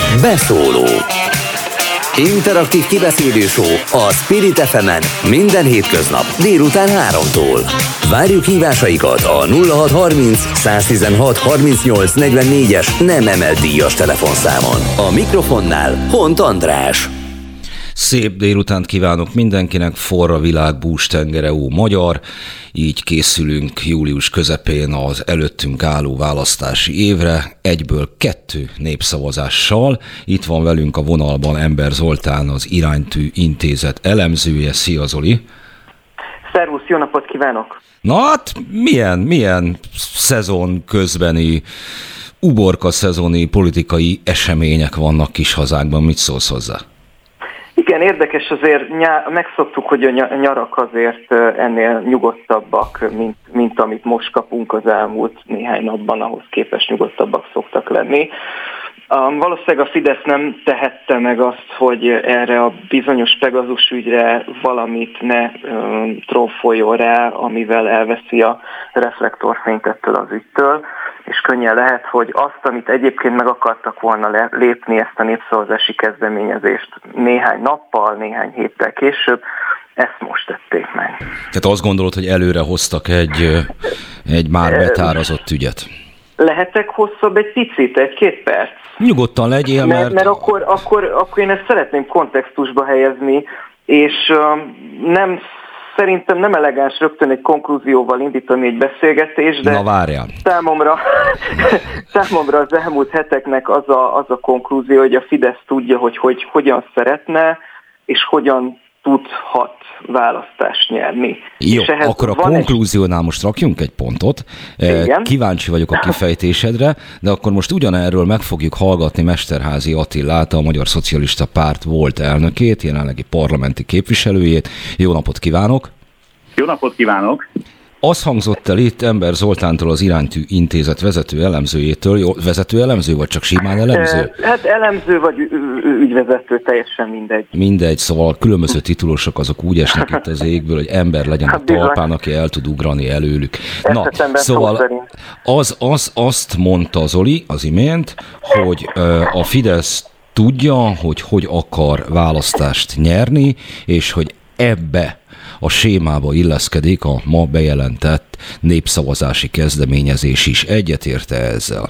Beszóló. Interaktív kibeszélő show a Spirit FM-en minden hétköznap délután 3-tól. Várjuk hívásaikat a 0630 116 38 44-es nem emelt díjas telefonszámon. A mikrofonnál Hont András. Szép délutánt kívánok mindenkinek, forra világ, bústengere, ó magyar. Így készülünk július közepén az előttünk álló választási évre, egyből 2 népszavazással. Itt van velünk a vonalban Ember Zoltán, az Iránytű Intézet elemzője. Szia Zoli! Szervusz, jó napot kívánok! Na hát milyen szezon közbeni, uborka szezoni politikai események vannak kis hazánkban, mit szólsz hozzá? Igen, érdekes azért, megszoktuk, hogy a nyarak azért ennél nyugodtabbak, mint amit most kapunk az elmúlt néhány napban, ahhoz képest nyugodtabbak szoktak lenni. Valószínűleg a Fidesz nem tehette meg azt, hogy erre a bizonyos Pegazus ügyre valamit ne trófoljon rá, amivel elveszi a reflektorfényt ettől az ügytől, és könnyen lehet, hogy azt, amit egyébként meg akartak volna lépni, ezt a népszavazási kezdeményezést néhány nappal, néhány héttel később, ezt most tették meg. Tehát azt gondolod, hogy előre hoztak egy már betárazott ügyet? Lehetek hosszabb egy picit, 1-2 perc? Nyugodtan legyél, mert akkor én ezt szeretném kontextusba helyezni, és szerintem nem elegáns rögtön egy konklúzióval indítani egy beszélgetést, de számomra az elmúlt heteknek az a konklúzió, hogy a Fidesz tudja, hogy hogyan szeretne, és hogyan tudhat választást nyerni. Jó, akkor a konklúziónál most rakjunk egy pontot. Igen. Kíváncsi vagyok a kifejtésedre, de akkor most ugyanerről meg fogjuk hallgatni Mesterházy Attilát, a Magyar Szocialista Párt volt elnökét, jelenlegi parlamenti képviselőjét. Jó napot kívánok! Jó napot kívánok! Az hangzott el itt Ember Zoltántól, az Iránytű Intézet vezető elemzőjétől. Vezető elemző, vagy csak simán elemző? Hát elemző vagy ügyvezető, teljesen mindegy. Mindegy, szóval a különböző titulosok azok úgy esnek itt az égből, hogy ember legyen a talpán, aki el tud ugrani előlük. Na, szóval azt mondta Zoli az imént, hogy a Fidesz tudja, hogy akar választást nyerni, és hogy ebbe a sémába illeszkedik a ma bejelentett népszavazási kezdeményezés is. Egyetérte ezzel?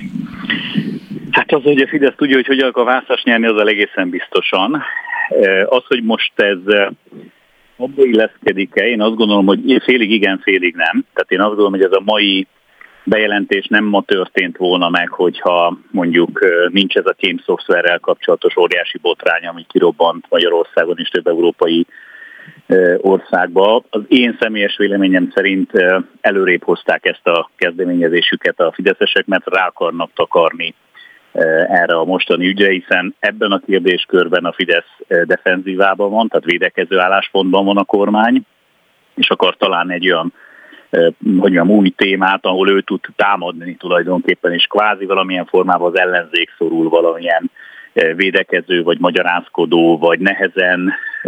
Hát az, hogy a Fidesz tudja, hogy hogyan akar választást nyerni, az egészen biztosan. Az, hogy most ez abba illeszkedik-e, én azt gondolom, hogy félig igen, félig nem. Tehát én azt gondolom, hogy ez a mai bejelentés nem ma történt volna meg, hogyha mondjuk nincs ez a kémszoftverrel kapcsolatos óriási botrány, ami kirobbant Magyarországon és több európai országba. Az én személyes véleményem szerint előrébb hozták ezt a kezdeményezésüket a fideszesek, mert rá akarnak takarni erre a mostani ügyre, hiszen ebben a kérdéskörben a Fidesz defenzívában van, tehát védekező álláspontban van a kormány, és akar találni egy olyan új témát, ahol ő tud támadni tulajdonképpen, és kvázi valamilyen formában az ellenzék szorul valamilyen védekező, vagy magyarázkodó, vagy nehezen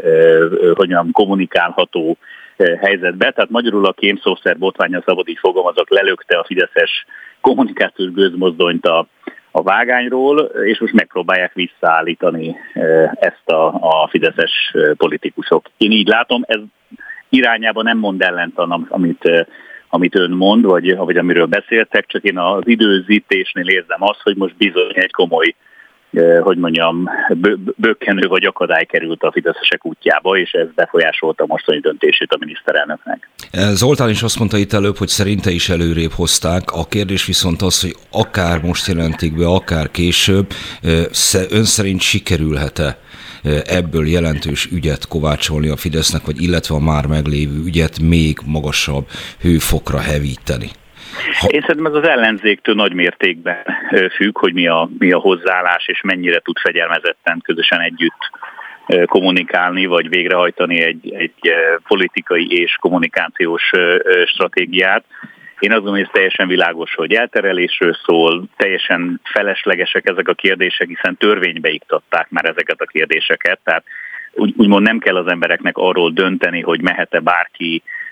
kommunikálható helyzetbe. Tehát magyarul a kémszoftver botránya, szabad így fogalmazok, lelökte a fideszes kommunikációs gőzmozdonyt a vágányról, és most megpróbálják visszaállítani ezt a fideszes politikusok. Én így látom, ez irányában nem mond ellent annak, amit ön mond, vagy amiről beszéltek, csak én az időzítésnél érzem azt, hogy most bizony egy komoly bökkenő vagy akadály került a fideszesek útjába, és ez befolyásolta a mostani döntését a miniszterelnöknek. Zoltán is azt mondta itt előbb, hogy szerinte is előrébb hozták. A kérdés viszont az, hogy akár most jelentik be, akár később, ön szerint sikerülhet-e ebből jelentős ügyet kovácsolni a Fidesznek, vagy illetve a már meglévő ügyet még magasabb hőfokra hevíteni? Én szerintem ez az ellenzéktől nagy mértékben függ, hogy mi a hozzáállás, és mennyire tud fegyelmezetten közösen együtt kommunikálni, vagy végrehajtani egy politikai és kommunikációs stratégiát. Én azt gondolom, hogy ez teljesen világos, hogy elterelésről szól, teljesen feleslegesek ezek a kérdések, hiszen törvénybe iktatták már ezeket a kérdéseket, tehát úgymond nem kell az embereknek arról dönteni, hogy mehet-e bárki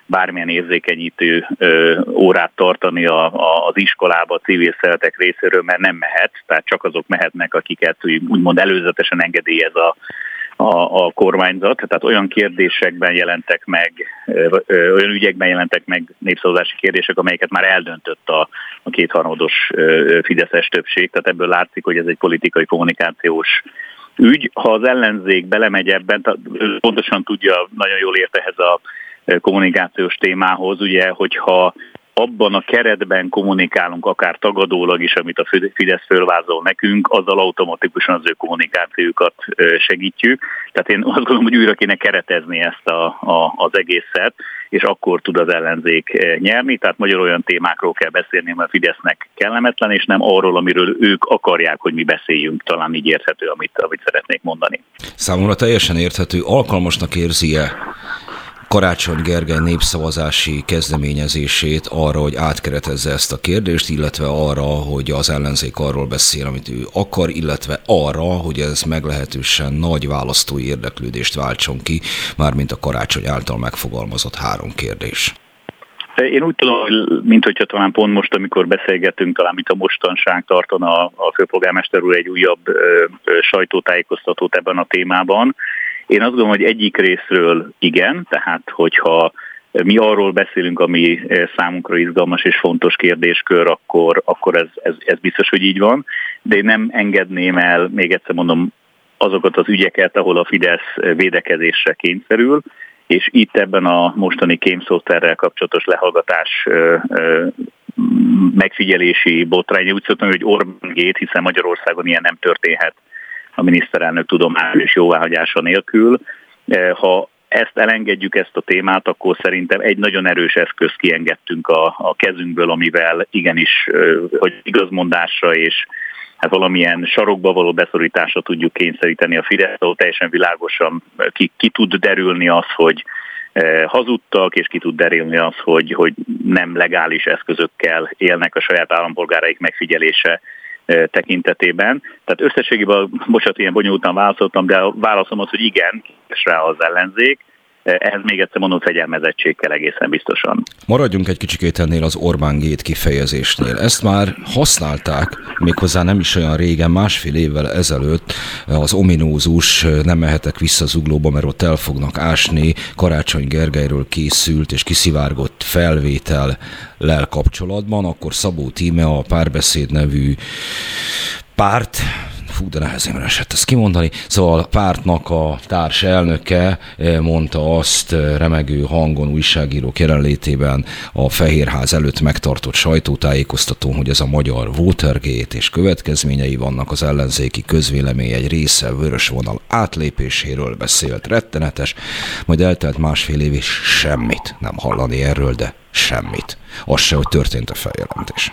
bármilyen érzékenyítő órát tartani az iskolába a civil szervezetek részéről, mert nem mehet, tehát csak azok mehetnek, akiket úgymond előzetesen engedélyez a kormányzat, tehát olyan kérdésekben jelentek meg, olyan ügyekben jelentek meg népszavazási kérdések, amelyeket már eldöntött a kétharmados fideszes többség, tehát ebből látszik, hogy ez egy politikai kommunikációs ügy. Ha az ellenzék belemegy ebben, pontosan tudja, nagyon jól ért ehhez a kommunikációs témához, ugye, hogyha abban a keretben kommunikálunk, akár tagadólag is, amit a Fidesz fölvázol nekünk, azzal automatikusan az ő kommunikációjukat segítjük. Tehát én azt gondolom, hogy újra kéne keretezni ezt az egészet, és akkor tud az ellenzék nyerni. Tehát magyar olyan témákról kell beszélni, mert a Fidesznek kellemetlen, és nem arról, amiről ők akarják, hogy mi beszéljünk. Talán így érthető, amit szeretnék mondani. Számomra teljesen érthető. Alkalmasnak érzi-e Karácsony Gergely népszavazási kezdeményezését arra, hogy átkeretezze ezt a kérdést, illetve arra, hogy az ellenzék arról beszél, amit ő akar, illetve arra, hogy ez meglehetősen nagy választói érdeklődést váltson ki, mármint a Karácsony által megfogalmazott 3 kérdés. Én úgy tudom, hogy minthogyha talán pont most, amikor beszélgetünk, talán mint a mostanság tartana a főpolgármester úr egy újabb sajtótájékoztatót ebben a témában. Én azt gondolom, hogy egyik részről igen, tehát hogyha mi arról beszélünk, ami számunkra izgalmas és fontos kérdéskör, akkor ez biztos, hogy így van, de én nem engedném el, még egyszer mondom, azokat az ügyeket, ahol a Fidesz védekezésre kényszerül, és itt ebben a mostani kémszoftverrel kapcsolatos lehallgatás megfigyelési botrány, úgy szoktam, hogy Orbán Gate, hiszen Magyarországon ilyen nem történhet a miniszterelnök tudomása és jóváhagyása nélkül. Ha ezt elengedjük, ezt a témát, akkor szerintem egy nagyon erős eszközt kiengedtünk a kezünkből, amivel igenis, hogy igazmondásra és hát valamilyen sarokba való beszorításra tudjuk kényszeríteni a Fidesz, ahol teljesen világosan ki tud derülni az, hogy hazudtak, és ki tud derülni az, hogy nem legális eszközökkel élnek a saját állampolgáraik megfigyelése tekintetében. Tehát összességében, bocsánat, ilyen bonyolultan válaszoltam, de a válaszom az, hogy igen, és rá az ellenzék. Ehhez még egyszer mondom, fegyelmezettség kell egészen biztosan. Maradjunk egy kicsikét ennél az Orbán Gate kifejezésnél. Ezt már használták, méghozzá nem is olyan régen, 1,5 évvel ezelőtt az ominózus nem mehetek vissza Zuglóba, mert ott el fognak ásni Karácsony Gergelyről készült és kiszivárgott felvétellel kapcsolatban. Akkor Szabó Tíme, a Párbeszéd nevű párt, de nehezemre esett ezt kimondani. Szóval a pártnak a társ elnöke mondta azt remegő hangon újságírók jelenlétében a Fehérház előtt megtartott sajtótájékoztatón, hogy ez a magyar Watergate és következményei vannak, az ellenzéki közvélemény egy része vörös vonal átlépéséről beszélt, rettenetes, majd eltelt 1,5 év és semmit nem hallani erről, de semmit. Az se, hogy történt a feljelentés.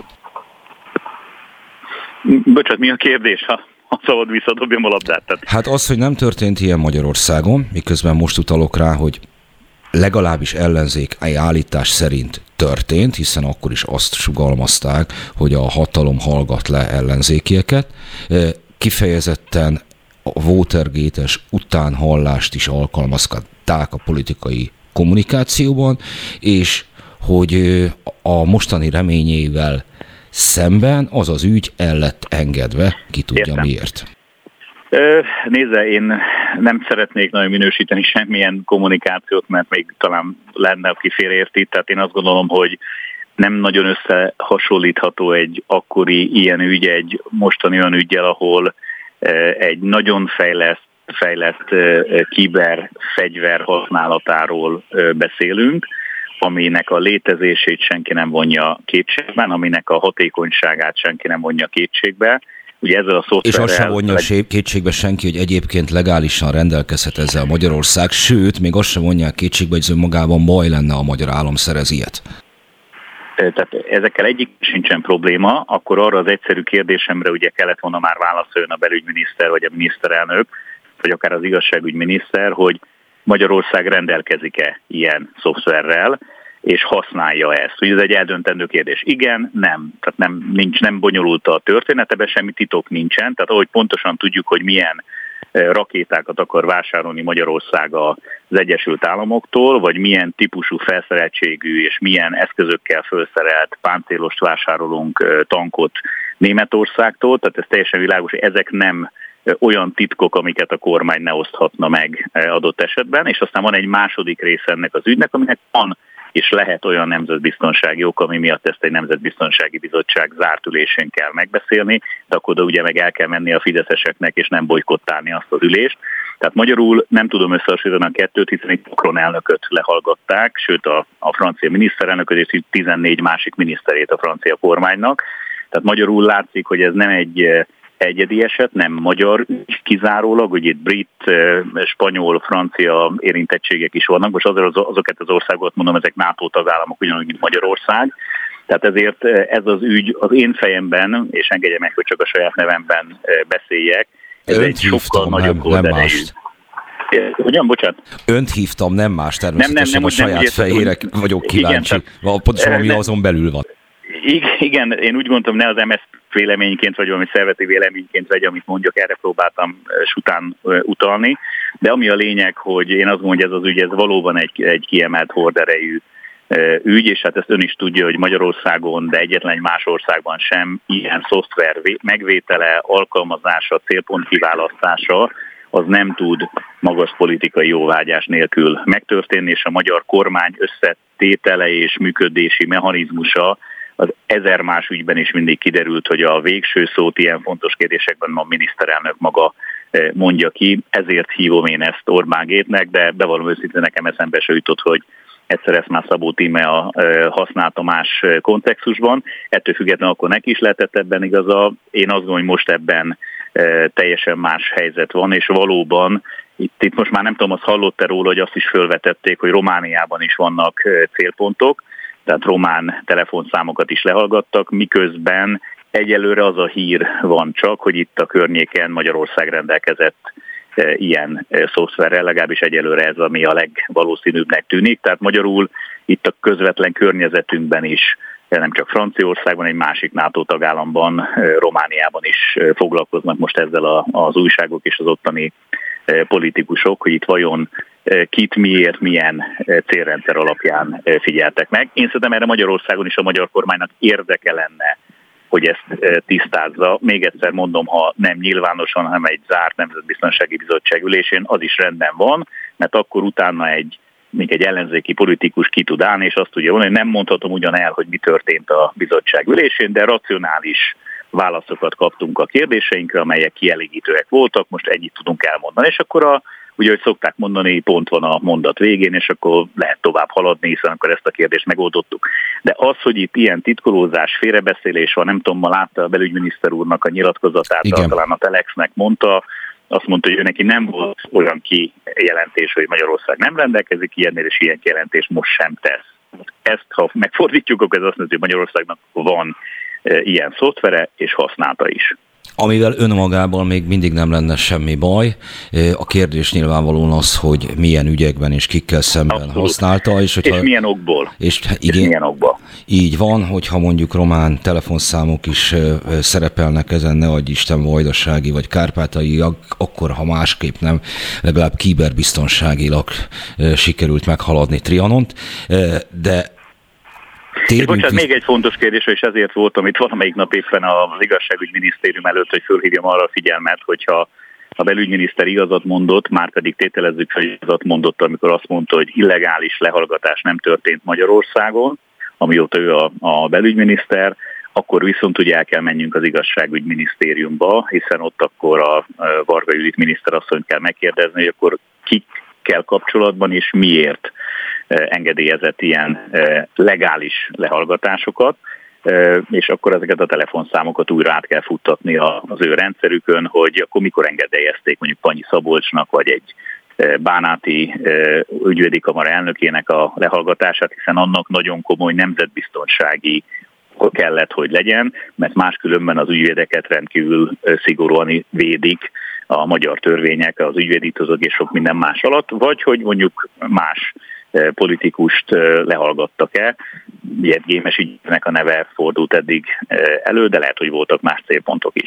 Bocsánat, mi a kérdés, ha szabad visszadobjam a labdát? Tehát. Hát az, hogy nem történt ilyen Magyarországon, miközben most utalok rá, hogy legalábbis ellenzéki állítás szerint történt, hiszen akkor is azt sugalmazták, hogy a hatalom hallgat le ellenzékieket. Kifejezetten a Watergate-es utánhallást is alkalmazták a politikai kommunikációban, és hogy a mostani reményével szemben az az ügy el lett engedve, ki tudja Értem. Miért. Nézze, én nem szeretnék nagyon minősíteni semmilyen kommunikációt, mert még talán lenne, aki félreérti, tehát én azt gondolom, hogy nem nagyon összehasonlítható egy akkori ilyen ügy, egy mostani olyan üggyel, ahol egy nagyon fejlett kiberfegyver használatáról beszélünk, aminek a létezését senki nem vonja kétségben, aminek a hatékonyságát senki nem vonja kétségbe. Ugye ezzel a és azt sem vonja kétségbe senki, hogy egyébként legálisan rendelkezhet ezzel Magyarország, sőt, még azt sem vonják kétségbe, hogy ez önmagában baj lenne, a magyar állam szerez ilyet. Tehát ezekkel egyik sincsen probléma, akkor arra az egyszerű kérdésemre ugye kellett volna már válaszoljon a belügyminiszter, vagy a miniszterelnök, vagy akár az igazságügyminiszter, hogy Magyarország rendelkezik-e ilyen szoftverrel, és használja ezt. Ugye ez egy eldöntendő kérdés. Igen, nem. Tehát nem bonyolult a történet, ebben semmi titok nincsen. Tehát ahogy pontosan tudjuk, hogy milyen rakétákat akar vásárolni Magyarország az Egyesült Államoktól, vagy milyen típusú felszereltségű és milyen eszközökkel felszerelt páncélost vásárolunk, tankot Németországtól. Tehát ez teljesen világos, hogy ezek nem olyan titkok, amiket a kormány ne oszthatna meg adott esetben, és aztán van egy második része ennek az ügynek, aminek van és lehet olyan nemzetbiztonsági ok, ami miatt ezt egy nemzetbiztonsági bizottság zárt ülésén kell megbeszélni, de akkor oda ugye meg el kell menni a fideszeseknek, és nem bojkottálni azt az ülést. Tehát magyarul nem tudom összehasonlítani a kettőt, hiszen egy Macron elnököt lehallgatták, sőt a francia miniszterelnököt és 14 másik miniszterét a francia kormánynak. Tehát magyarul látszik, hogy ez nem egy egyedi eset, nem magyar kizárólag, hogy itt brit, spanyol, francia érintettségek is vannak, most azokat az országokat mondom, ezek NATO tagállamok ugyanúgy, mint Magyarország. Tehát ezért ez az ügy az én fejemben, és engedje meg, hogy csak a saját nevemben beszéljek, ez Önt egy sokkal nagyobb oldalájú. Hogyan, bocsánat? Önt hívtam, nem más, természetesen nem, a saját fejére vagyok kíváncsi. Pontosan, ami azon belül van. Igen, én úgy gondoltam, ne az MS véleményként, vagy valami szervezeti véleményként vegy, amit mondjak, erre próbáltam sután utalni, de ami a lényeg, hogy én azt mondom, hogy ez az ügy, ez valóban egy kiemelt horderejű ügy, és hát ezt ön is tudja, hogy Magyarországon, de egyetlen egy más országban sem ilyen szoftver megvétele, alkalmazása, célpont kiválasztása, az nem tud magas politikai jóvágyás nélkül megtörténni, és a magyar kormány összetétele és működési mechanizmusa az ezer más ügyben is mindig kiderült, hogy a végső szót ilyen fontos kérdésekben a miniszterelnök maga mondja ki, ezért hívom én ezt Orbán Gétnek, de bevallom őszintén, nekem eszembe se jutott, hogy egyszer ezt már Szabó Tímea használta más kontextusban. Ettől függetlenül akkor neki is lehetett ebben igaza. Én azt gondolom, hogy most ebben teljesen más helyzet van, és valóban itt most már nem tudom, azt hallott-e róla, hogy azt is felvetették, hogy Romániában is vannak célpontok, tehát román telefonszámokat is lehallgattak, miközben egyelőre az a hír van csak, hogy itt a környéken Magyarország rendelkezett ilyen szoftverrel, legalábbis egyelőre ez, ami a legvalószínűbbnek tűnik. Tehát magyarul itt a közvetlen környezetünkben is, nem csak Franciaországban, egy másik NATO tagállamban, Romániában is foglalkoznak most ezzel az újságok és az ottani politikusok, hogy itt vajon kit, miért, milyen célrendszer alapján figyeltek meg. Én szerintem erre Magyarországon is a magyar kormánynak érdeke lenne, hogy ezt tisztázza. Még egyszer mondom, ha nem nyilvánosan, hanem egy zárt nemzetbiztonsági bizottság ülésén, az is rendben van, mert akkor utána még egy ellenzéki politikus ki tud állni, és azt tudja mondani, hogy nem mondhatom ugyan el, hogy mi történt a bizottság ülésén, de racionális válaszokat kaptunk a kérdéseinkre, amelyek kielégítőek voltak, most ennyit tudunk elmondani, és akkor ugye, hogy szokták mondani, pont van a mondat végén, és akkor lehet tovább haladni, hiszen akkor ezt a kérdést megoldottuk. De az, hogy itt ilyen titkolózás, félrebeszélés van, nem tudom, ma látta a belügyminiszter úrnak a nyilatkozatát, talán a Telexnek mondta, azt mondta, hogy ő neki nem volt olyan kijelentés, hogy Magyarország nem rendelkezik ilyennél, és ilyen kijelentés most sem tesz. Ezt, ha megfordítjuk, akkor ez azt mondja, hogy Magyarországnak van ilyen szoftvere, és használta is. Amivel önmagában még mindig nem lenne semmi baj. A kérdés nyilvánvalóan az, hogy milyen ügyekben és kikkel szemben abszolút használta. És milyen okból. És milyen okból. Így van, hogyha mondjuk román telefonszámok is szerepelnek ezen, ne adj Isten vajdasági vagy kárpátai, akkor ha másképp nem, legalább kiberbiztonságilag sikerült meghaladni Trianont. De bocsánat, még egy fontos kérdés, és ezért voltam itt valamelyik nap éppen az igazságügyminisztérium előtt, hogy fölhívjam arra a figyelmet, hogyha a belügyminiszter igazat mondott, már pedig tételezzük, hogy igazat mondott, amikor azt mondta, hogy illegális lehallgatás nem történt Magyarországon, amióta ő a belügyminiszter, akkor viszont ugye el kell menjünk az igazságügyminisztériumba, hiszen ott akkor a Varga Judit miniszterasszonyt kell megkérdezni, hogy akkor kikkel kapcsolatban és miért engedélyezett ilyen legális lehallgatásokat, és akkor ezeket a telefonszámokat újra át kell futtatni az ő rendszerükön, hogy akkor mikor engedélyezték mondjuk Panyi Szabolcsnak, vagy egy bánáti ügyvédi kamara elnökének a lehallgatását, hiszen annak nagyon komoly nemzetbiztonsági kellett, hogy legyen, mert máskülönben az ügyvédeket rendkívül szigorúan védik a magyar törvények, az ügyvédítőzők és sok minden más alatt, vagy hogy mondjuk más politikust lehallgattak-e. Ilyet Gémes ügynek a neve fordult eddig elő, de lehet, hogy voltak más célpontok is.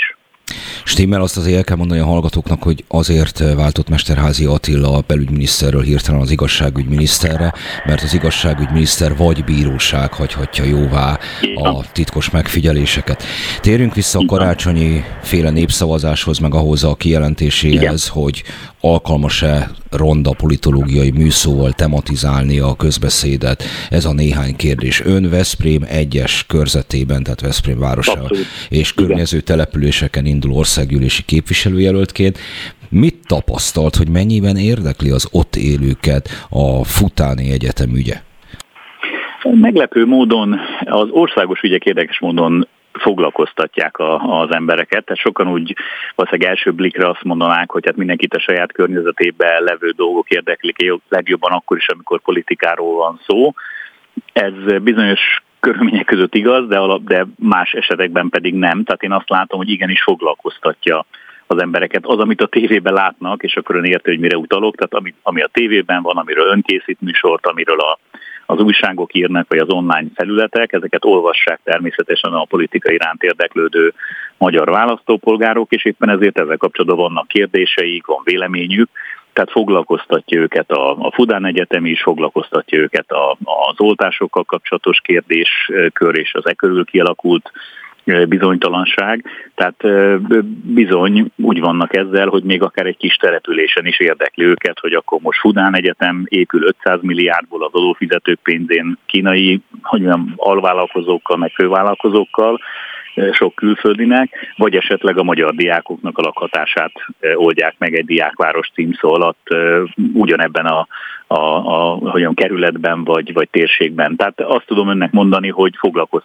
Stimmel, azt azért el kell mondani a hallgatóknak, hogy azért váltott Mesterházy Attila a belügyminiszterről hirtelen az igazságügyminiszterre, mert az igazságügyminiszter vagy bíróság hagyhatja jóvá a titkos megfigyeléseket. Térjünk vissza a karácsonyi féle népszavazáshoz, meg ahhoz a kijelentéséhez, hogy alkalmas-e ronda politológiai műszóval tematizálni a közbeszédet. Ez a néhány kérdés. Ön Veszprém 1-es körzetében, tehát Veszprém városa és környező településeken indul országgyűlési képviselőjelöltként. Mit tapasztalt, hogy mennyiben érdekli az ott élőket a futáni egyetem ügye? Meglepő módon az országos ügyek érdekes módon foglalkoztatják az embereket. Tehát sokan úgy valószínűleg első blikre azt mondanák, hogy hát mindenkit a saját környezetében levő dolgok érdeklik legjobban akkor is, amikor politikáról van szó. Ez bizonyos körülmények között igaz, de más esetekben pedig nem. Tehát én azt látom, hogy igenis foglalkoztatja az embereket. Az, amit a tévében látnak, és akkor ön érti, hogy mire utalok, tehát ami a tévében van, amiről ön készít műsort, amiről az újságok írnak, vagy az online felületek, ezeket olvassák természetesen a politika iránt érdeklődő magyar választópolgárok, és éppen ezért ezzel kapcsolatban vannak kérdéseik, van véleményük, tehát foglalkoztatja őket a Fudán Egyetem is, foglalkoztatja őket az oltásokkal kapcsolatos kérdéskör és az körül kialakult bizonytalanság, tehát bizony úgy vannak ezzel, hogy még akár egy kis településen is érdekli őket, hogy akkor most Fudán Egyetem épül 500 milliárdból az adófizetők pénzén kínai, alvállalkozókkal, meg fővállalkozókkal, sok külföldinek, vagy esetleg a magyar diákoknak a lakhatását oldják meg egy diákváros címszó alatt ugyanebben a kerületben vagy térségben. Tehát azt tudom önnek mondani, hogy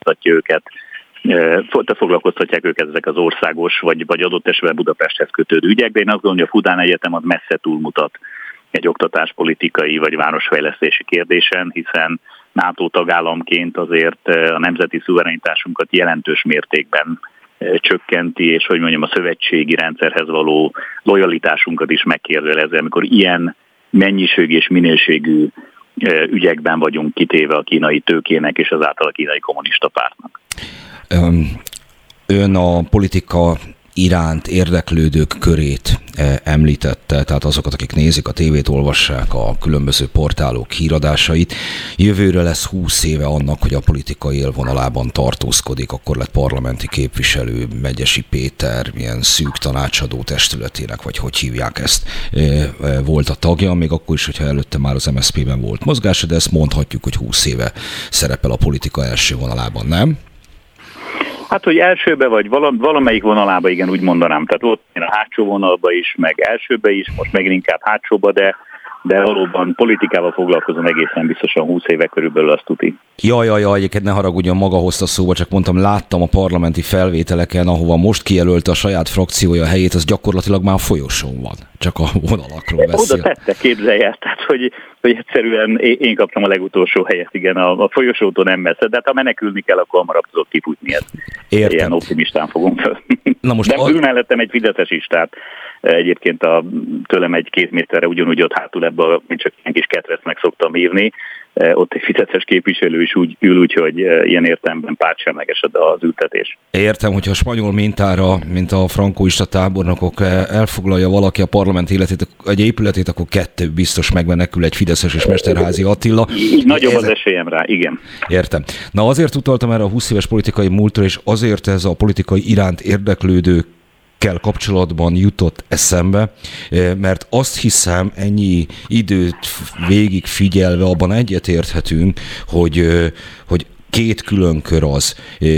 foglalkoztatják őket ezek az országos, vagy adott esetben Budapesthez kötődő ügyek, de én azt gondolom, hogy a Fudán Egyetem az messze túlmutat egy oktatáspolitikai vagy városfejlesztési kérdésen, hiszen NATO tagállamként azért a nemzeti szuverenitásunkat jelentős mértékben csökkenti, és a szövetségi rendszerhez való lojalitásunkat is megkérdőjelezi, amikor ilyen mennyiségű és minőségű ügyekben vagyunk kitéve a kínai tőkének és azáltal a kínai kommunista pártnak. Ön a politika iránt érdeklődők körét említette, tehát azokat, akik nézik a tévét, olvassák a különböző portálok híradásait. Jövőre lesz 20 éve annak, hogy a politika élvonalában tartózkodik, akkor lett parlamenti képviselő, Megyesi Péter, milyen szűk tanácsadó testületének, vagy hogy hívják ezt, volt a tagja, még akkor is, hogyha előtte már az MSZP-ben volt mozgása, de ezt mondhatjuk, hogy 20 éve szerepel a politika első vonalában, nem? Hát, hogy elsőbe vagy valamelyik vonalába, igen, úgy mondanám. Tehát ott én a hátsó vonalba is, meg elsőbe is, most megint inkább hátsóba, de valóban politikával foglalkozom egészen biztosan 20 éve körülbelül, azt tuti. Jaj, egyébként ne haragudjon, maga hozta szóba, csak mondtam, láttam a parlamenti felvételeken, ahova most kijelölte a saját frakciója helyét, az gyakorlatilag már folyosón van. Csak a vonalakról beszél. Oda tette, képzelj el, tehát hogy egyszerűen én kaptam a legutolsó helyet, igen, a folyosótól nem messze, de hát ha menekülni kell, akkor hamarabb tudok kifutni ezt. Értem. Ilyen optimistán fogom fel. Na most de ül mellettem egy fideszes is, tehát egyébként tőlem egy 2 méterre ugyanúgy ott hátul ebben, mint csak ilyen kis ketresznek szoktam hívni, ott egy fideszes képviselő is úgy ül, úgyhogy ilyen értelemben pártsemleges az ültetés. Értem, hogyha a spanyol mintára, mint a frankóista tábornokok elfoglalja valaki a parlament életét, egy épületét, akkor 2 biztos megmenekül, egy fideszes és Mesterházy Attila. Így nagyobb az esélyem rá, igen. Értem. Na azért utaltam erre a 20 éves politikai múltra, és azért ez a politikai iránt érdeklődő kapcsolatban jutott eszembe, mert azt hiszem, ennyi időt végig figyelve abban egyetérthetünk, hogy 2 külön kör az,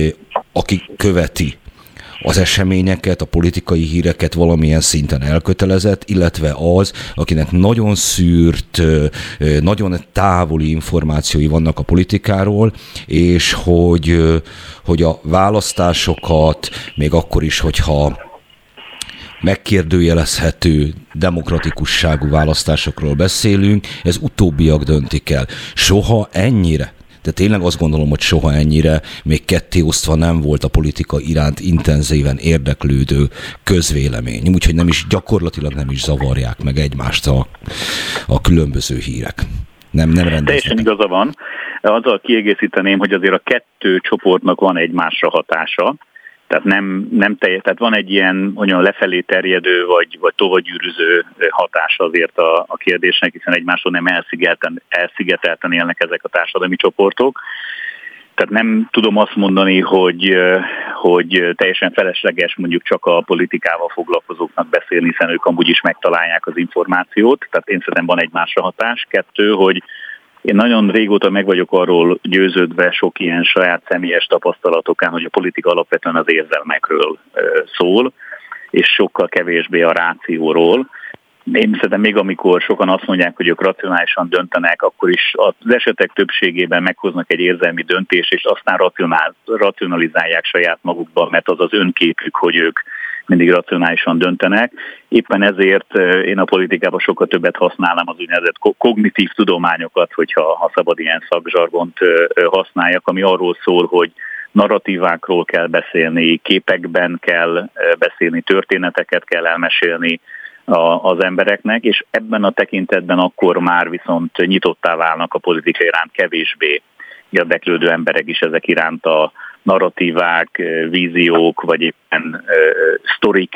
aki követi az eseményeket, a politikai híreket valamilyen szinten elkötelezett, illetve az, akinek nagyon szűrt, nagyon távoli információi vannak a politikáról, és hogy a választásokat, még akkor is, hogyha megkérdőjelezhető demokratikusságú választásokról beszélünk, ez utóbbiak döntik el. Soha ennyire, de tényleg azt gondolom, hogy soha ennyire még kettéosztva nem volt a politika iránt intenzíven érdeklődő közvélemény. Úgyhogy gyakorlatilag nem is zavarják meg egymást a különböző hírek. Nem rendeznek. Teljesen igaza van. Azzal kiegészíteném, hogy azért a 2 csoportnak van egymásra hatása. Tehát tehát van egy ilyen olyan lefelé terjedő, vagy tovagyűrűző hatása azért a kérdésnek, hiszen egymástól nem elszigetelten élnek ezek a társadalmi csoportok. Tehát nem tudom azt mondani, hogy teljesen felesleges mondjuk csak a politikával foglalkozóknak beszélni, hiszen ők amúgy is megtalálják az információt. Tehát én szerintem van egymásra hatás. 2, hogy én nagyon régóta meg vagyok arról győződve sok ilyen saját személyes tapasztalatokán, hogy a politika alapvetően az érzelmekről szól, és sokkal kevésbé a rációról. Én szerintem még amikor sokan azt mondják, hogy ők racionálisan döntenek, akkor is az esetek többségében meghoznak egy érzelmi döntést, és aztán racionalizálják saját magukban, mert az az önképük, hogy ők mindig racionálisan döntenek. Éppen ezért én a politikában sokkal többet használom az úgynevezett kognitív tudományokat, ha szabad ilyen szakzsargont használjak, ami arról szól, hogy narratívákról kell beszélni, képekben kell beszélni, történeteket kell elmesélni az embereknek, és ebben a tekintetben akkor már viszont nyitottá válnak a politika iránt kevésbé érdeklődő emberek is ezek iránt a narratívák, víziók, vagy éppen sztorik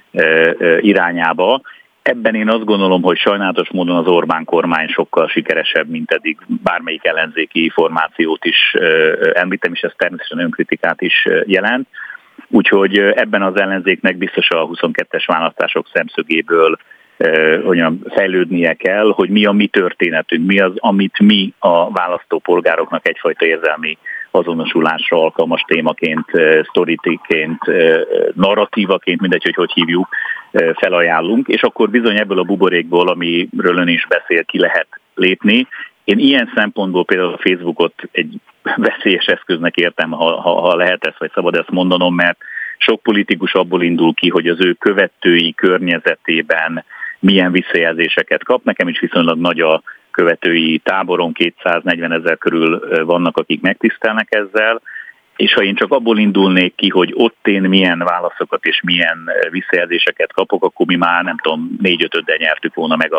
irányába. Ebben én azt gondolom, hogy sajnálatos módon az Orbán kormány sokkal sikeresebb, mint eddig bármelyik ellenzéki formációt is említem, és ez természetesen önkritikát is jelent. Úgyhogy ebben az ellenzéknek biztos a 22-es választások szemszögéből olyan fejlődnie kell, hogy mi a mi történetünk, mi az, amit mi a választópolgároknak egyfajta érzelmi azonosulásra alkalmas témaként, sztoriként, narratívaként, mindegy, hogy hívjuk, felajánlunk, és akkor bizony ebből a buborékból, amiről ön is beszél, ki lehet lépni. Én ilyen szempontból például a Facebookot egy veszélyes eszköznek értem, ha lehet ezt, vagy szabad ezt mondanom, mert sok politikus abból indul ki, hogy az ő követői környezetében milyen visszajelzéseket kap. Nekem is viszonylag nagy a követői táboron, 240 000 körül vannak, akik megtisztelnek ezzel, és ha én csak abból indulnék ki, hogy ott én milyen válaszokat és milyen visszajelzéseket kapok, akkor mi már nem tudom, 4-5-de nyertük volna meg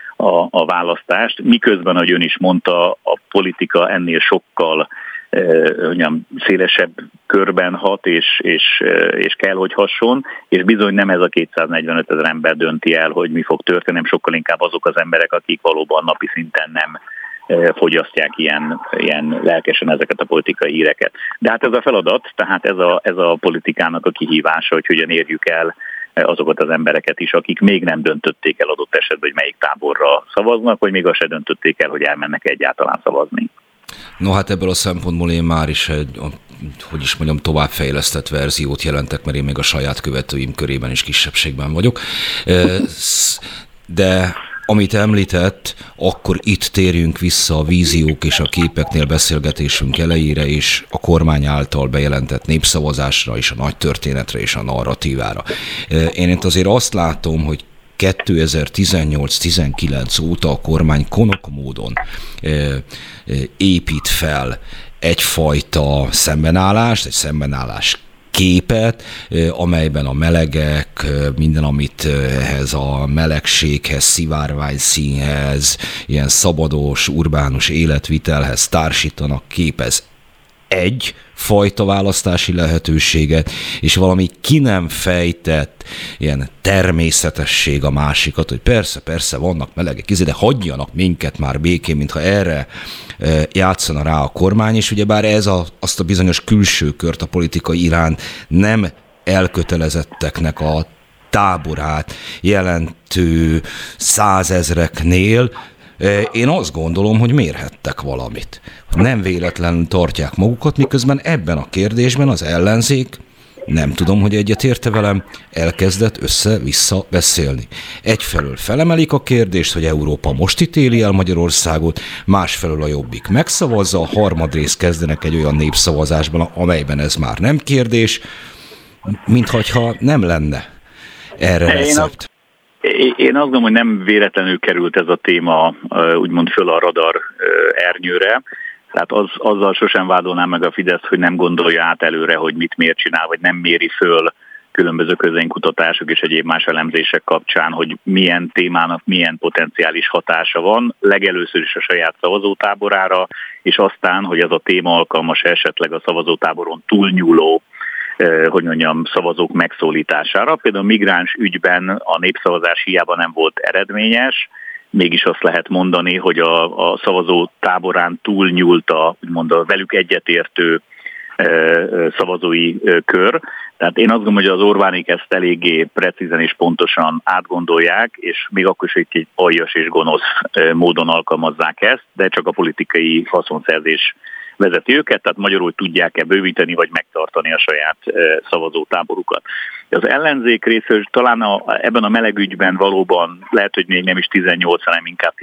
a választást, miközben, ahogy ön is mondta, a politika ennél sokkal szélesebb körben hat, és kell, hogy hasson, és bizony nem ez a 245 000 ember dönti el, hogy mi fog történni, nem sokkal inkább azok az emberek, akik valóban napi szinten nem fogyasztják ilyen lelkesen ezeket a politikai híreket. De hát ez a feladat, tehát ez a politikának a kihívása, hogy hogyan érjük el azokat az embereket is, akik még nem döntötték el adott esetben, hogy melyik táborra szavaznak, vagy még azt se döntötték el, hogy elmennek egyáltalán szavazni. No hát ebből a szempontból én már is továbbfejlesztett verziót jelentek, mert én még a saját követőim körében is kisebbségben vagyok. De amit említett, akkor itt térjünk vissza a víziók és a képeknél beszélgetésünk elejére, és a kormány által bejelentett népszavazásra, és a nagy történetre, és a narratívára. Én itt azért azt látom, hogy 2018-19 óta a kormány konok módon épít fel egyfajta szembenállást, egy szembenállás képet, amelyben a melegek, minden, amit ehhez a melegséghez, szivárványszínhez, ilyen szabados, urbánus életvitelhez társítanak, képez egyfajta választási lehetőséget, és valami ki nem fejtett ilyen természetesség a másikat, hogy persze vannak melegek, de hagyjanak minket már békén, mintha erre játszana rá a kormány, és ugyebár ez azt a bizonyos külső kört a politikai iránt nem elkötelezetteknek a táborát jelentő 100 000-eknél, én azt gondolom, hogy mérhettek valamit. Nem véletlenül tartják magukat, miközben ebben a kérdésben az ellenzék, nem tudom, hogy egyetérte velem, elkezdett össze-vissza beszélni. Egyfelől felemelik a kérdést, hogy Európa most ítéli el Magyarországot, másfelől a Jobbik megszavazza, a harmadrészt kezdenek egy olyan népszavazásban, amelyben ez már nem kérdés, minthogyha nem lenne erre recept. Én azt gondolom, hogy nem véletlenül került ez a téma úgymond föl a radar ernyőre. Tehát azzal sosem vádolnám meg a Fidesz, hogy nem gondolja át előre, hogy mit miért csinál, vagy nem méri föl különböző közvéleménykutatások és egyéb más elemzések kapcsán, hogy milyen témának milyen potenciális hatása van, legelőször is a saját szavazótáborára, és aztán, hogy ez a téma alkalmas esetleg a szavazótáboron túlnyúló szavazók megszólítására. Például a migráns ügyben a népszavazás hiába nem volt eredményes, mégis azt lehet mondani, hogy a szavazó táborán túlnyúlt a velük egyetértő szavazói kör. Tehát én azt gondolom, hogy az Orbánik ezt eléggé precízen és pontosan átgondolják, és még akkor is egy aljas és gonosz módon alkalmazzák ezt, de csak a politikai haszonszerzés vezeti őket, tehát magyarul tudják-e bővíteni vagy megtartani a saját szavazótáborukat. Az ellenzék részéről talán ebben a melegügyben valóban lehet, hogy még nem is 18, hanem inkább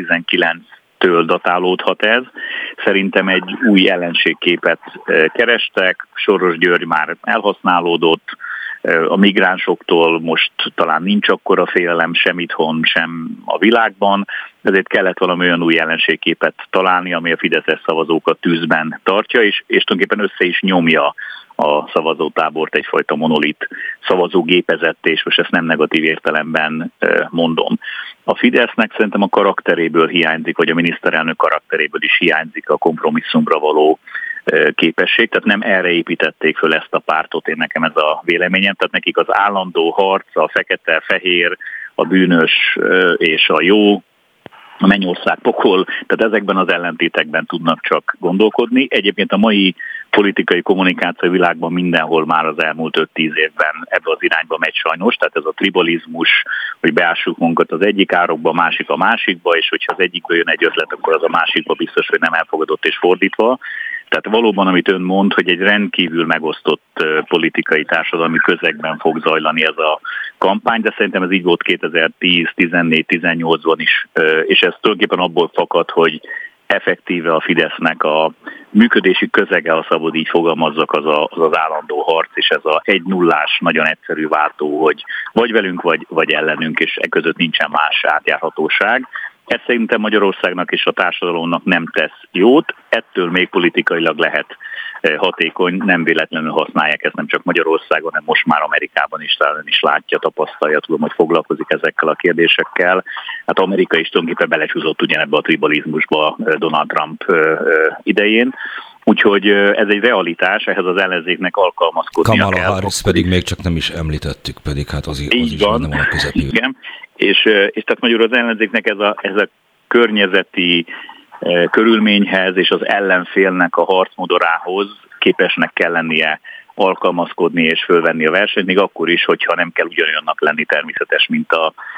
19-től datálódhat ez. Szerintem egy új ellenségképet kerestek, Soros György már elhasználódott, a migránsoktól most talán nincs akkora félelem sem itthon, sem a világban, ezért kellett valami olyan új ellenségképet találni, ami a fideszes szavazókat tűzben tartja, és tulajdonképpen össze is nyomja a szavazótábort egyfajta monolit szavazógépezetté, és most ezt nem negatív értelemben mondom. A Fidesznek szerintem a karakteréből hiányzik, vagy a miniszterelnök karakteréből is hiányzik a kompromisszumra való képesség, tehát nem erre építették föl ezt a pártot, én nekem ez a véleményem, tehát nekik az állandó harc, a fekete-fehér, a bűnös és a jó, a mennyország pokol, tehát ezekben az ellentétekben tudnak csak gondolkodni. Egyébként a mai politikai kommunikáció világban mindenhol már az elmúlt 5-10 évben ebbe az irányba megy sajnos, tehát ez a tribalizmus, hogy beássuk magunkat az egyik árokba, a másik a másikba, és hogyha az egyikből jön egy ötlet, akkor az a másikba biztos, hogy nem elfogadott és fordítva. Tehát valóban, amit ön mond, hogy egy rendkívül megosztott politikai társadalmi közegben fog zajlani ez a kampány, de szerintem ez így volt 2010, 14, 18-ban is, és ez tulajdonképpen abból fakad, hogy effektíve a Fidesznek a működési közege, ha szabad így fogalmazzak, az állandó harc, és ez a 1-0-ás, nagyon egyszerű váltó, hogy vagy velünk, vagy ellenünk, és e között nincsen más átjárhatóság. Ez szerintem Magyarországnak és a társadalomnak nem tesz jót, ettől még politikailag lehet hatékony, nem véletlenül használják ezt nem csak Magyarországon, hanem most már Amerikában is, talán is látja, tapasztalja, tudom, hogy foglalkozik ezekkel a kérdésekkel. Hát Amerika is tulajdonképpen belecsúszott ugyanebbe a tribalizmusba Donald Trump idején. Úgyhogy ez egy realitás, ehhez az ellenzéknek alkalmazkodnia kell. Kamala Harris pedig még csak nem is említettük, pedig hát az is nem van a közepén. Igen, és tehát magyarul az ellenzéknek ez a környezeti körülményhez és az ellenfélnek a harcmodorához képesnek kell lennie alkalmazkodni és fölvenni a versenyt, még akkor is, hogyha nem kell ugyanolyannak lenni természetes, mint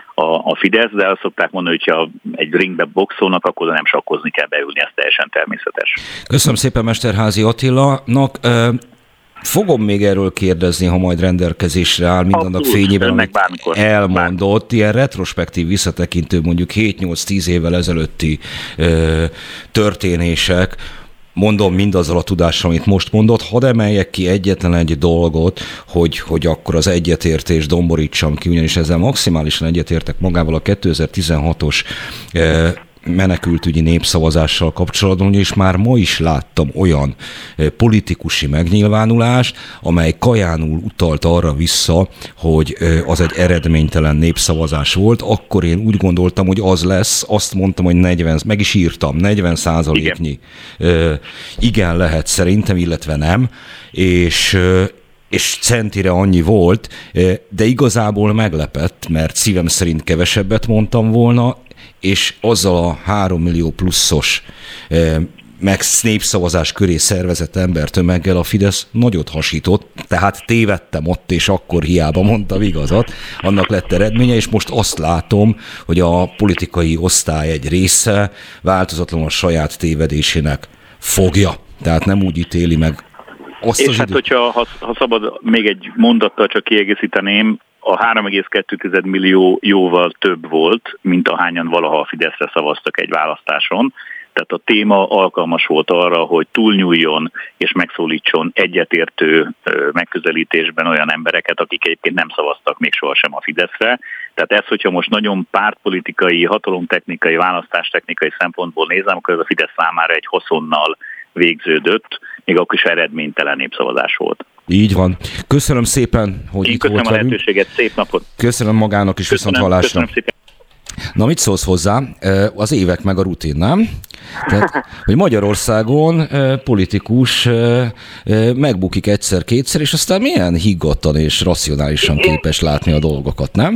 a Fidesz, de azt szokták mondani, hogyha egy ringbe boxolnak, akkor nem sakkozni kell beülni, ez teljesen természetes. Köszönöm szépen Mesterházy Attilának. Fogom még erről kérdezni, ha majd rendelkezésre áll mindannak fényében, amit elmondott. Ilyen retrospektív visszatekintő, mondjuk 7-8-10 évvel ezelőtti történések, mondom mindazzal a tudással, amit most mondott, hadd emeljek ki egyetlen egy dolgot, hogy akkor az egyetértés domborítsam ki, ugyanis ezzel maximálisan egyetértek magával a 2016-os menekültügyi népszavazással kapcsolatban, és már ma is láttam olyan politikusi megnyilvánulást, amely kajánul utalt arra vissza, hogy az egy eredménytelen népszavazás volt. Akkor én úgy gondoltam, hogy az lesz, azt mondtam, hogy 40, meg is írtam, 40%-nyi igen lehet szerintem, illetve nem, és centire annyi volt, de igazából meglepett, mert szívem szerint kevesebbet mondtam és azzal a 3 millió pluszos népszavazás köré szervezett embertömeggel a Fidesz nagyot hasított, tehát tévedtem ott, és akkor hiába mondtam igazat, annak lett eredménye, és most azt látom, hogy a politikai osztály egy része változatlanul a saját tévedésének fogja, tehát nem úgy ítéli meg azt és hát, hogyha szabad még egy mondattal csak kiegészíteném, a 3,2 millió jóval több volt, mint ahányan valaha a Fideszre szavaztak egy választáson. Tehát a téma alkalmas volt arra, hogy túlnyúljon és megszólítson egyetértő megközelítésben olyan embereket, akik egyébként nem szavaztak még sohasem a Fideszre. Tehát ez, hogyha most nagyon pártpolitikai, hatalomtechnikai, választástechnikai szempontból nézem, akkor ez a Fidesz számára egy haszonnal végződött, még akkor is eredménytelen népszavazás volt. Így van. Köszönöm szépen, hogy itt volt velünk. Köszönöm a lehetőséget, szép napot. Köszönöm magának is, viszont hallásra. Köszönöm szépen. Na, mit szólsz hozzá? Az évek meg a rutin, nem? Tehát, hogy Magyarországon politikus megbukik egyszer-kétszer, és aztán milyen higgadtan és racionálisan képes látni a dolgokat, nem?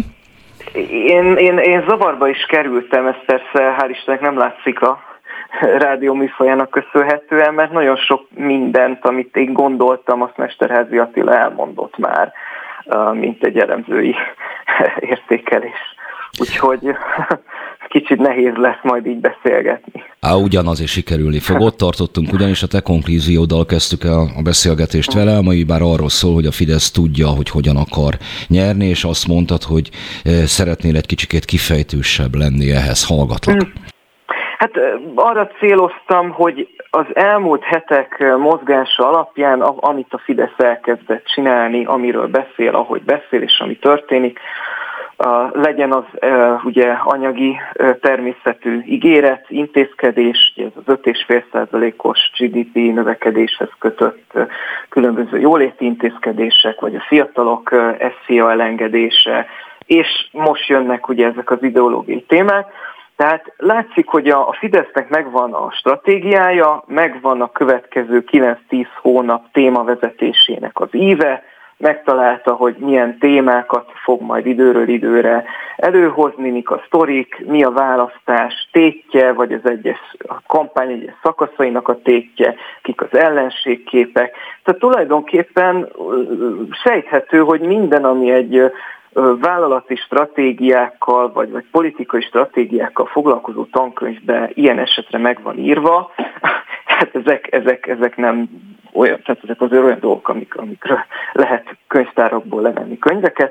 Én zavarba is kerültem, ez persze hál' Istennek nem látszik a rádió műfajának köszönhetően, mert nagyon sok mindent, amit én gondoltam, azt Mesterházy Attila elmondott már, mint egy elemzői értékelés. Úgyhogy kicsit nehéz lesz majd így beszélgetni. Ugyanaz is sikerülni fog. Ott tartottunk, ugyanis a te konklúzióddal kezdtük el a beszélgetést vele, amely bár arról szól, hogy a Fidesz tudja, hogy hogyan akar nyerni, és azt mondtad, hogy szeretnél egy kicsikét kifejtősebb lenni ehhez. Hallgatlak. Hát arra céloztam, hogy az elmúlt hetek mozgása alapján, amit a Fidesz elkezdett csinálni, amiről beszél, ahogy beszél, és ami történik, legyen az ugye anyagi természetű ígéret, intézkedés, ez az 5,5%-os GDP növekedéshez kötött különböző jóléti intézkedések, vagy a fiatalok SZIA elengedése, és most jönnek ugye ezek az ideológiai témák. Tehát látszik, hogy a Fidesznek megvan a stratégiája, megvan a következő 9-10 hónap témavezetésének az íve, megtalálta, hogy milyen témákat fog majd időről időre előhozni, mik a sztorik, mi a választás tétje, vagy az a kampány egyes szakaszainak a tétje, kik az ellenségképek. Tehát tulajdonképpen sejthető, hogy minden, ami egy vállalati stratégiákkal, vagy politikai stratégiákkal foglalkozó tankönyvben ilyen esetre meg van írva, hát ezek nem olyan, tehát ezek azért olyan dolgok, amikről lehet könyvtárakból levenni könyveket,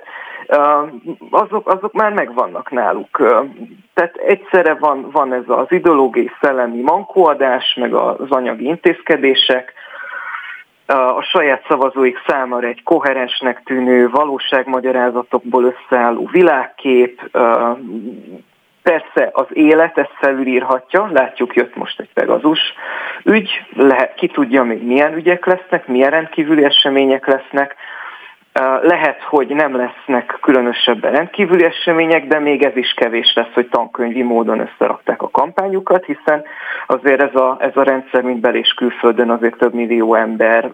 azok már megvannak náluk. Tehát egyszerre van ez az ideológiai szellemi mankóadás, meg az anyagi intézkedések, a saját szavazóik számára egy koherensnek tűnő valóságmagyarázatokból összeálló világkép, persze az élet ezt felülírhatja, látjuk, jött most egy Pegazus ügy, ki tudja még milyen ügyek lesznek, milyen rendkívüli események lesznek, lehet, hogy nem lesznek különösebben rendkívüli események, de még ez is kevés lesz, hogy tankönyvi módon összerakták a kampányukat, hiszen azért ez a rendszer mind bel- és külföldön azért több millió ember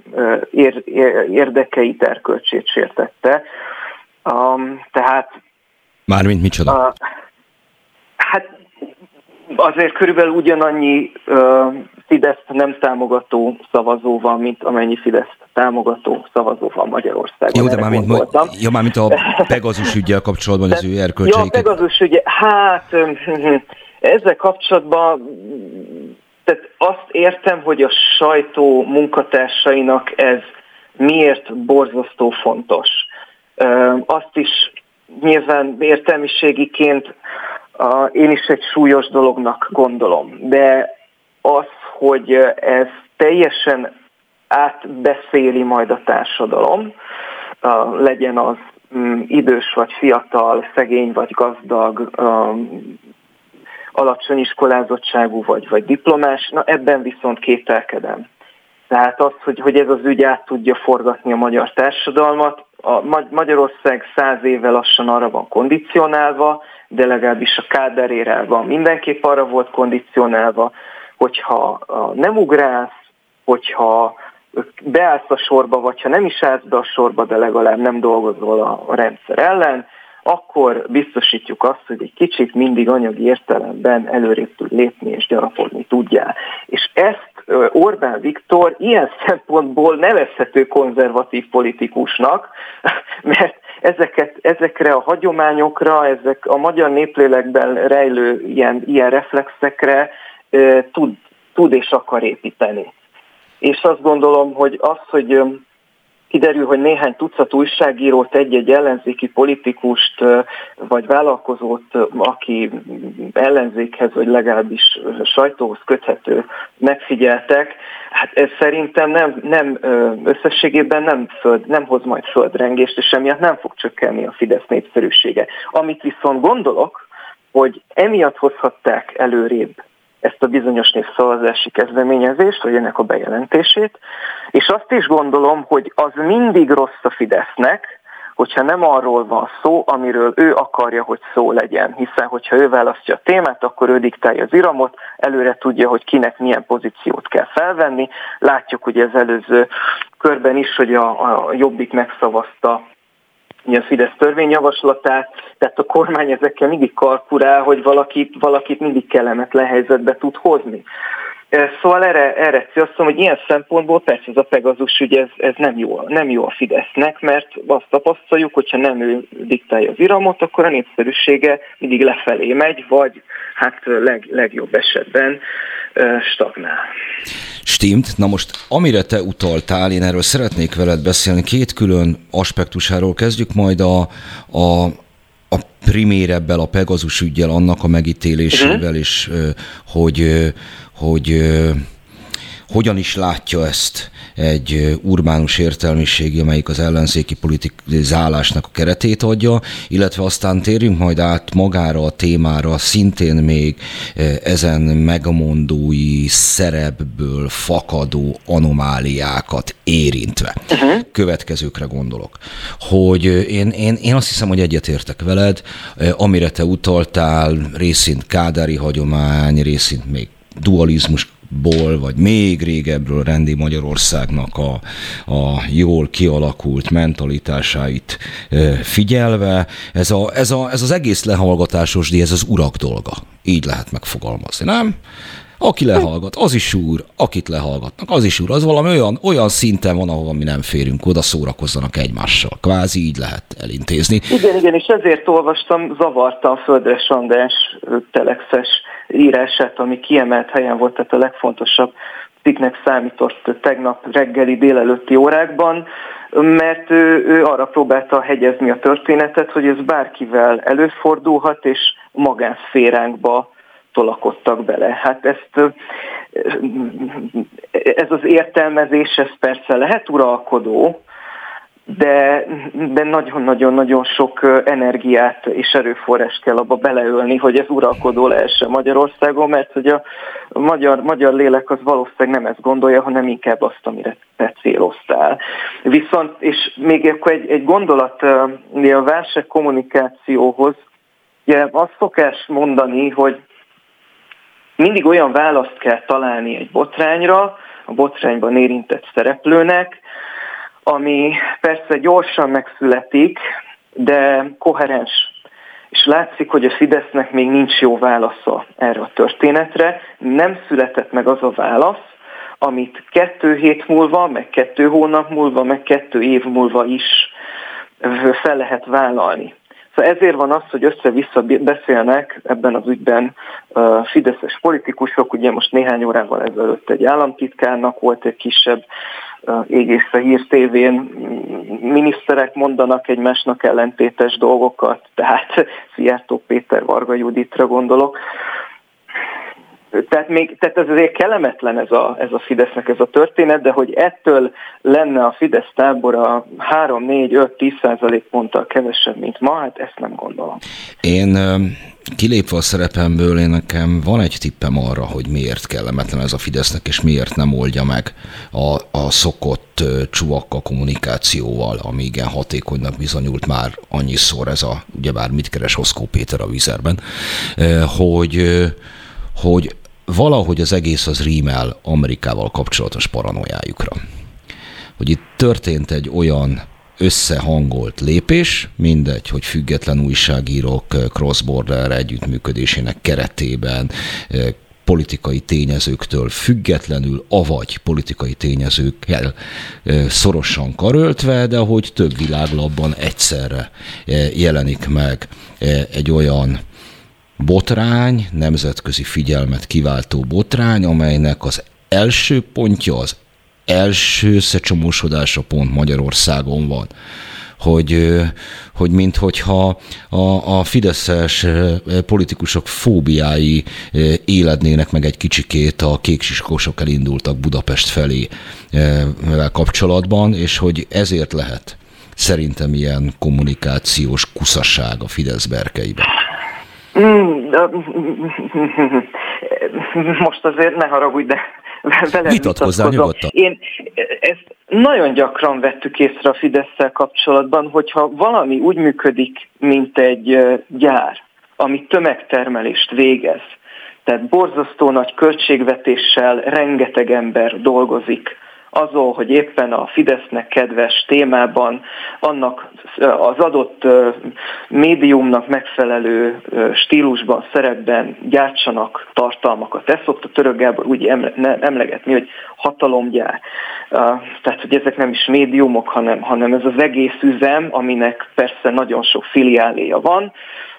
érdekeit, erkölcsét sértette. Tehát... Mármint micsoda? Hát azért körülbelül ugyanannyi Fideszt nem támogató szavazó van, mint amennyi Fideszt támogató szavazó van Magyarországon. Jó, de mármint a Pegazus üggyel kapcsolatban az ő erkölcseiket. Ja, a Pegazus ügye, hát ezzel kapcsolatban tehát azt értem, hogy a sajtó munkatársainak ez miért borzasztó fontos. Azt is nyilván értelmiségiként én is egy súlyos dolognak gondolom, de az, hogy ez teljesen átbeszéli majd a társadalom, legyen az idős vagy fiatal, szegény vagy gazdag, alacsony iskolázottságú vagy diplomás, na ebben viszont kételkedem. Tehát az, hogy ez az ügy át tudja forgatni a magyar társadalmat, Magyarország 100 éve lassan arra van kondicionálva, de legalábbis a Kádár érában mindenképp arra volt kondicionálva, hogyha nem ugrálsz, hogyha beállsz a sorba, vagy ha nem is állsz be a sorba, de legalább nem dolgozol a rendszer ellen, akkor biztosítjuk azt, hogy egy kicsit mindig anyagi értelemben előrébb tud lépni és gyarapodni tudjál. És ezt Orbán Viktor ilyen szempontból nevezhető konzervatív politikusnak, mert ezekre a hagyományokra, ezek a magyar néplélekben rejlő ilyen reflexekre tud és akar építeni. És azt gondolom, hogy hogy kiderül, hogy néhány tucat újságírót, egy-egy ellenzéki politikust vagy vállalkozót, aki ellenzékhez, vagy legalábbis sajtóhoz köthető, megfigyeltek, hát ez szerintem nem összességében nem hoz majd földrengést, és emiatt nem fog csökkenni a Fidesz népszerűsége. Amit viszont gondolok, hogy emiatt hozhatták előrébb ezt a bizonyos népszavazási kezdeményezést, vagy ennek a bejelentését, és azt is gondolom, hogy az mindig rossz a Fidesznek, hogyha nem arról van szó, amiről ő akarja, hogy szó legyen. Hiszen, hogyha ő választja a témát, akkor ő diktálja az iramot, előre tudja, hogy kinek milyen pozíciót kell felvenni. Látjuk ugye az előző körben is, hogy a Jobbik megszavazta a Fidesz törvényjavaslatát, tehát a kormány ezekkel mindig kalkulál, hogy valakit mindig kellemetlen helyzetbe tud hozni. Szóval erre célzom, hogy ilyen szempontból persze ez a Pegazus ügy, ez nem jó a Fidesznek, mert azt tapasztaljuk, hogyha nem ő diktálja az iramot, akkor a népszerűsége mindig lefelé megy, vagy hát legjobb esetben stagnál. Stimmt. Na most, amire te utaltál, én erről szeretnék veled beszélni, két külön aspektusáról kezdjük, majd a primérebbel, a Pegazus üggyel, annak a megítélésével, és hogy hogyan is látja ezt egy urbánus értelmiségi, amelyik az ellenzéki politizálásnak a keretét adja, illetve aztán térjünk majd át magára a témára, szintén még ezen megmondói szerepből fakadó anomáliákat érintve. Következőkre gondolok, hogy én azt hiszem, hogy egyetértek veled, amire te utaltál, részint kádári hagyomány, részint még dualizmusból, vagy még régebbről rendi Magyarországnak a jól kialakult mentalitásait figyelve. Ez az egész lehallgatásos díj, ez az urak dolga. Így lehet megfogalmazni, nem? Aki lehallgat, az is úr, akit lehallgatnak, az is úr. Az valami olyan szinten van, ahol mi nem férünk oda, szórakozzanak egymással. Kvázi így lehet elintézni. Igen, és ezért olvastam, zavartam Földres András telexes írását, ami kiemelt helyen volt, tehát a legfontosabb cikknek számított tegnap reggeli délelőtti órákban, mert ő arra próbálta hegyezni a történetet, hogy ez bárkivel előfordulhat, és magánszféránkba tolakodtak bele. Hát ez az értelmezés, ez persze lehet uralkodó, de nagyon-nagyon-nagyon sok energiát és erőforrás kell abba beleölni, hogy ez uralkodó lehessen Magyarországon, mert hogy a magyar lélek az valószínűleg nem ezt gondolja, hanem inkább azt, amire te céloztál. Viszont, és még akkor egy gondolat a válság kommunikációhoz, ugye azt szokás mondani, hogy mindig olyan választ kell találni egy botrányra, a botrányban érintett szereplőnek, ami persze gyorsan megszületik, de koherens. És látszik, hogy a Fidesznek még nincs jó válasza erre a történetre. Nem született meg az a válasz, amit 2 hét múlva, meg 2 hónap múlva, meg 2 év múlva is fel lehet vállalni. Szóval ezért van az, hogy össze-vissza beszélnek ebben az ügyben fideszes politikusok. Ugye most néhány órával ezelőtt egy államtitkárnak volt egy kisebb égészre Hír TV-n, miniszterek mondanak egymásnak ellentétes dolgokat, tehát Szijjártó Péter, Varga Juditra gondolok. Tehát ez azért kellemetlen ez a Fidesznek ez a történet, de hogy ettől lenne a Fidesz tábora 3-4-5-10% ponttal kevesebb, mint ma, hát ezt nem gondolom. Én kilépve a szerepemből, nekem van egy tippem arra, hogy miért kellemetlen ez a Fidesznek, és miért nem oldja meg a szokott csuvakka kommunikációval, ami igen hatékonynak bizonyult már annyiszor ez ugyebár mit keres Hoszkó Péter a Vizerben, hogy valahogy az egész az rímel Amerikával kapcsolatos paranoiájukra. Hogy itt történt egy olyan összehangolt lépés, mindegy, hogy független újságírók cross-border együttműködésének keretében, politikai tényezőktől függetlenül, avagy politikai tényezőkkel szorosan karöltve, de hogy több világlapban egyszerre jelenik meg egy olyan botrány, nemzetközi figyelmet kiváltó botrány, amelynek az első pontja, az első összecsomósodása pont Magyarországon van. Hogy minthogyha a fideszes politikusok fóbiái élednének meg egy kicsikét a kéksiskósok elindultak Budapest felé kapcsolatban, és hogy ezért lehet szerintem ilyen kommunikációs kuszasság a Fidesz berkeiben. Most azért ne haragudj, Vitatkozzál nyugodtan. Én ezt nagyon gyakran vettük észre a Fidesszel kapcsolatban, hogyha valami úgy működik, mint egy gyár, ami tömegtermelést végez, tehát borzasztó nagy költségvetéssel rengeteg ember dolgozik azon, hogy éppen a Fidesznek kedves témában annak az adott médiumnak megfelelő stílusban, szerepben gyártsanak tartalmakat. Ezt szokta Török Gábor úgy emlegetni, hogy hatalomgyár. Tehát, hogy ezek nem is médiumok, hanem ez az egész üzem, aminek persze nagyon sok filiáléja van,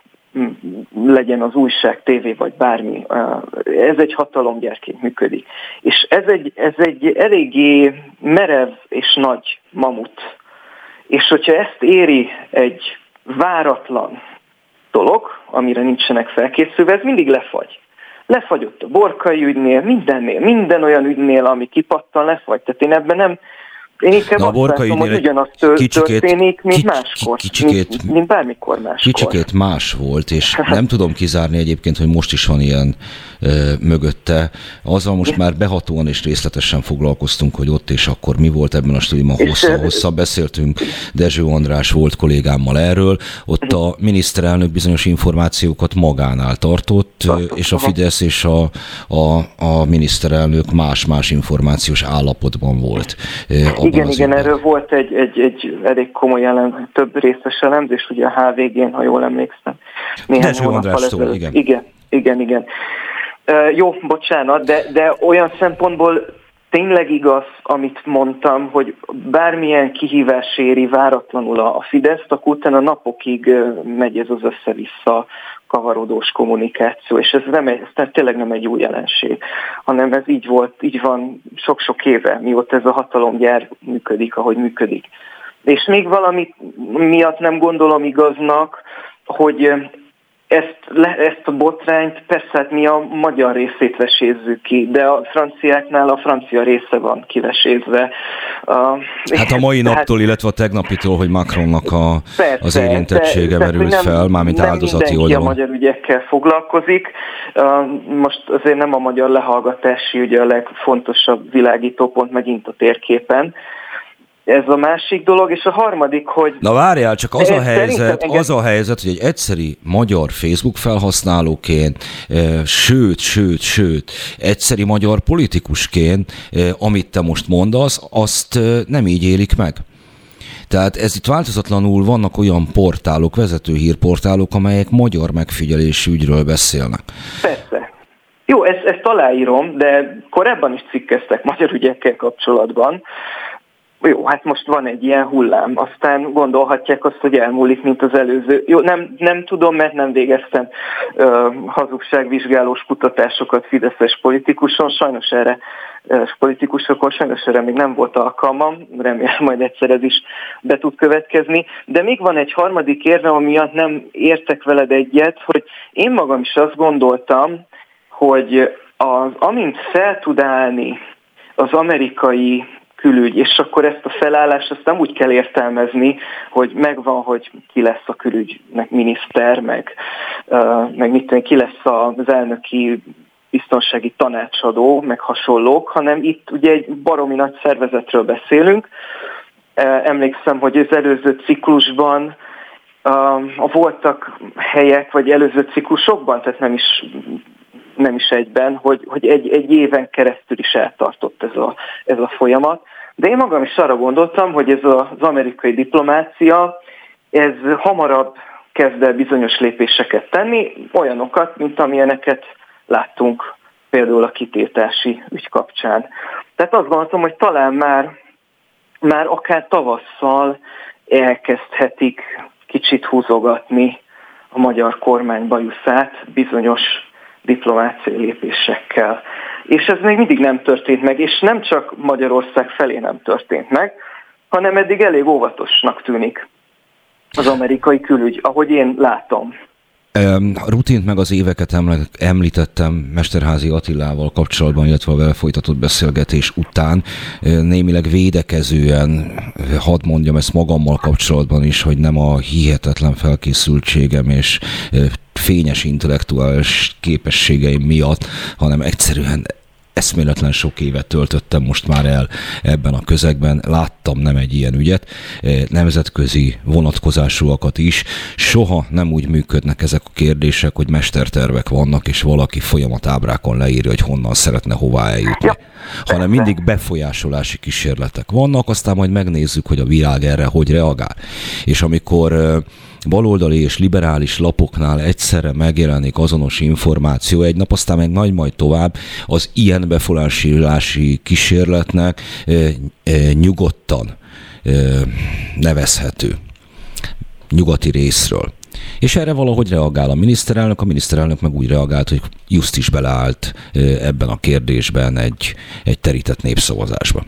legyen az újság, tévé vagy bármi, ez egy hatalomgyárként működik. És ez egy eléggé merev és nagy mamut. És hogyha ezt éri egy váratlan dolog, amire nincsenek felkészülve, ez mindig lefagy. Lefagyott a Borkai ügynél, minden olyan ügynél, ami kipattan, lefagy. Tehát én ebben nem... Én inkább azt látom, hogy ugyanaz történik, mint máskor, mint bármikor máskor. Kicsikét más volt, és nem tudom kizárni egyébként, hogy most is van ilyen mögötte. Azzal most már behatóan és részletesen foglalkoztunk, hogy ott és akkor mi volt ebben a stúdiumban, hosszabb beszéltünk Dezső András volt kollégámmal erről. Ott a miniszterelnök bizonyos információkat magánál tartott, és a Fidesz és a miniszterelnök más információs állapotban volt. Igen, erről volt egy elég komoly több részes elemzés, ugye a HVG-n, ha jól emlékszem. Dezső Andrástól, igen. Jó, bocsánat, de olyan szempontból tényleg igaz, amit mondtam, hogy bármilyen kihívás éri váratlanul a Fideszt, akkor utána napokig megy ez az össze-vissza kavarodós kommunikáció, és ez tényleg nem egy új jelenség, hanem ez így van sok-sok éve, mióta ez a hatalomgyár működik, ahogy működik. És még valami miatt nem gondolom igaznak, hogy ezt a botrányt persze hát mi a magyar részét vesézzük ki, de a franciáknál a francia része van kivesézve. Hát a mai naptól, illetve a tegnapitól, hogy Macronnak az érintettsége merült fel, mármint áldozati oldalon. Nem mindenki a magyar ügyekkel foglalkozik. Most azért nem a magyar lehallgatási ügye a legfontosabb világítópont megint a térképen. Ez a másik dolog, és a harmadik, hogy... Na várjál, csak az a helyzet, hogy egy egyszeri magyar Facebook felhasználóként, sőt, egyszeri magyar politikusként, amit te most mondasz, azt nem így élik meg. Tehát ez itt változatlanul vannak olyan portálok, vezető hírportálok, amelyek magyar megfigyelésű ügyről beszélnek. Persze. Jó, ezt aláírom, de korábban is cikkeztek magyar ügyekkel kapcsolatban. Jó, hát most van egy ilyen hullám, aztán gondolhatják azt, hogy elmúlik, mint az előző. Jó, nem tudom, mert nem végeztem hazugságvizsgálós kutatásokat fideszes politikusokon, sajnos erre még nem volt alkalmam, remélem majd egyszer ez is be tud következni. De még van egy harmadik érve, amiatt nem értek veled egyet, hogy én magam is azt gondoltam, hogy amint fel tud állni az amerikai külügy, és akkor ezt a felállást azt nem úgy kell értelmezni, hogy megvan, hogy ki lesz a külügynek miniszter, meg mit tudom, ki lesz az elnöki biztonsági tanácsadó, meg hasonlók, hanem itt ugye egy baromi nagy szervezetről beszélünk. Emlékszem, hogy az előző ciklusban voltak helyek, vagy előző ciklusokban, tehát nem is egyben, hogy egy éven keresztül is eltartott ez a folyamat. De én magam is arra gondoltam, hogy ez az amerikai diplomácia, ez hamarabb kezd el bizonyos lépéseket tenni, olyanokat, mint amilyeneket láttunk például a kitiltási ügy kapcsán. Tehát azt gondoltam, hogy talán már akár tavasszal elkezdhetik kicsit húzogatni a magyar kormány bajuszát bizonyos diplomáciai lépésekkel. És ez még mindig nem történt meg, és nem csak Magyarország felé nem történt meg, hanem eddig elég óvatosnak tűnik az amerikai külügy, ahogy én látom. Rutint meg az éveket említettem Mesterházy Attilával kapcsolatban, illetve a vele folytatott beszélgetés után. Némileg védekezően hadd mondjam ezt magammal kapcsolatban is, hogy nem a hihetetlen felkészültségem és fényes intellektuális képességeim miatt, hanem egyszerűen eszméletlen sok évet töltöttem most már el ebben a közegben, láttam nem egy ilyen ügyet, nemzetközi vonatkozásúakat is. Soha nem úgy működnek ezek a kérdések, hogy mestertervek vannak, és valaki folyamatábrákon leírja, hogy honnan szeretne hová eljutni. Ja, hanem mindig befolyásolási kísérletek vannak, aztán majd megnézzük, hogy a világ erre hogy reagál. És amikor baloldali és liberális lapoknál egyszerre megjelenik azonos információ egy nap, aztán meg majd tovább, az ilyen befolyásolási kísérletnek nyugodtan nevezhető nyugati részről. És erre valahogy reagál a miniszterelnök meg úgy reagált, hogy just is beleállt ebben a kérdésben egy terített népszavazásba.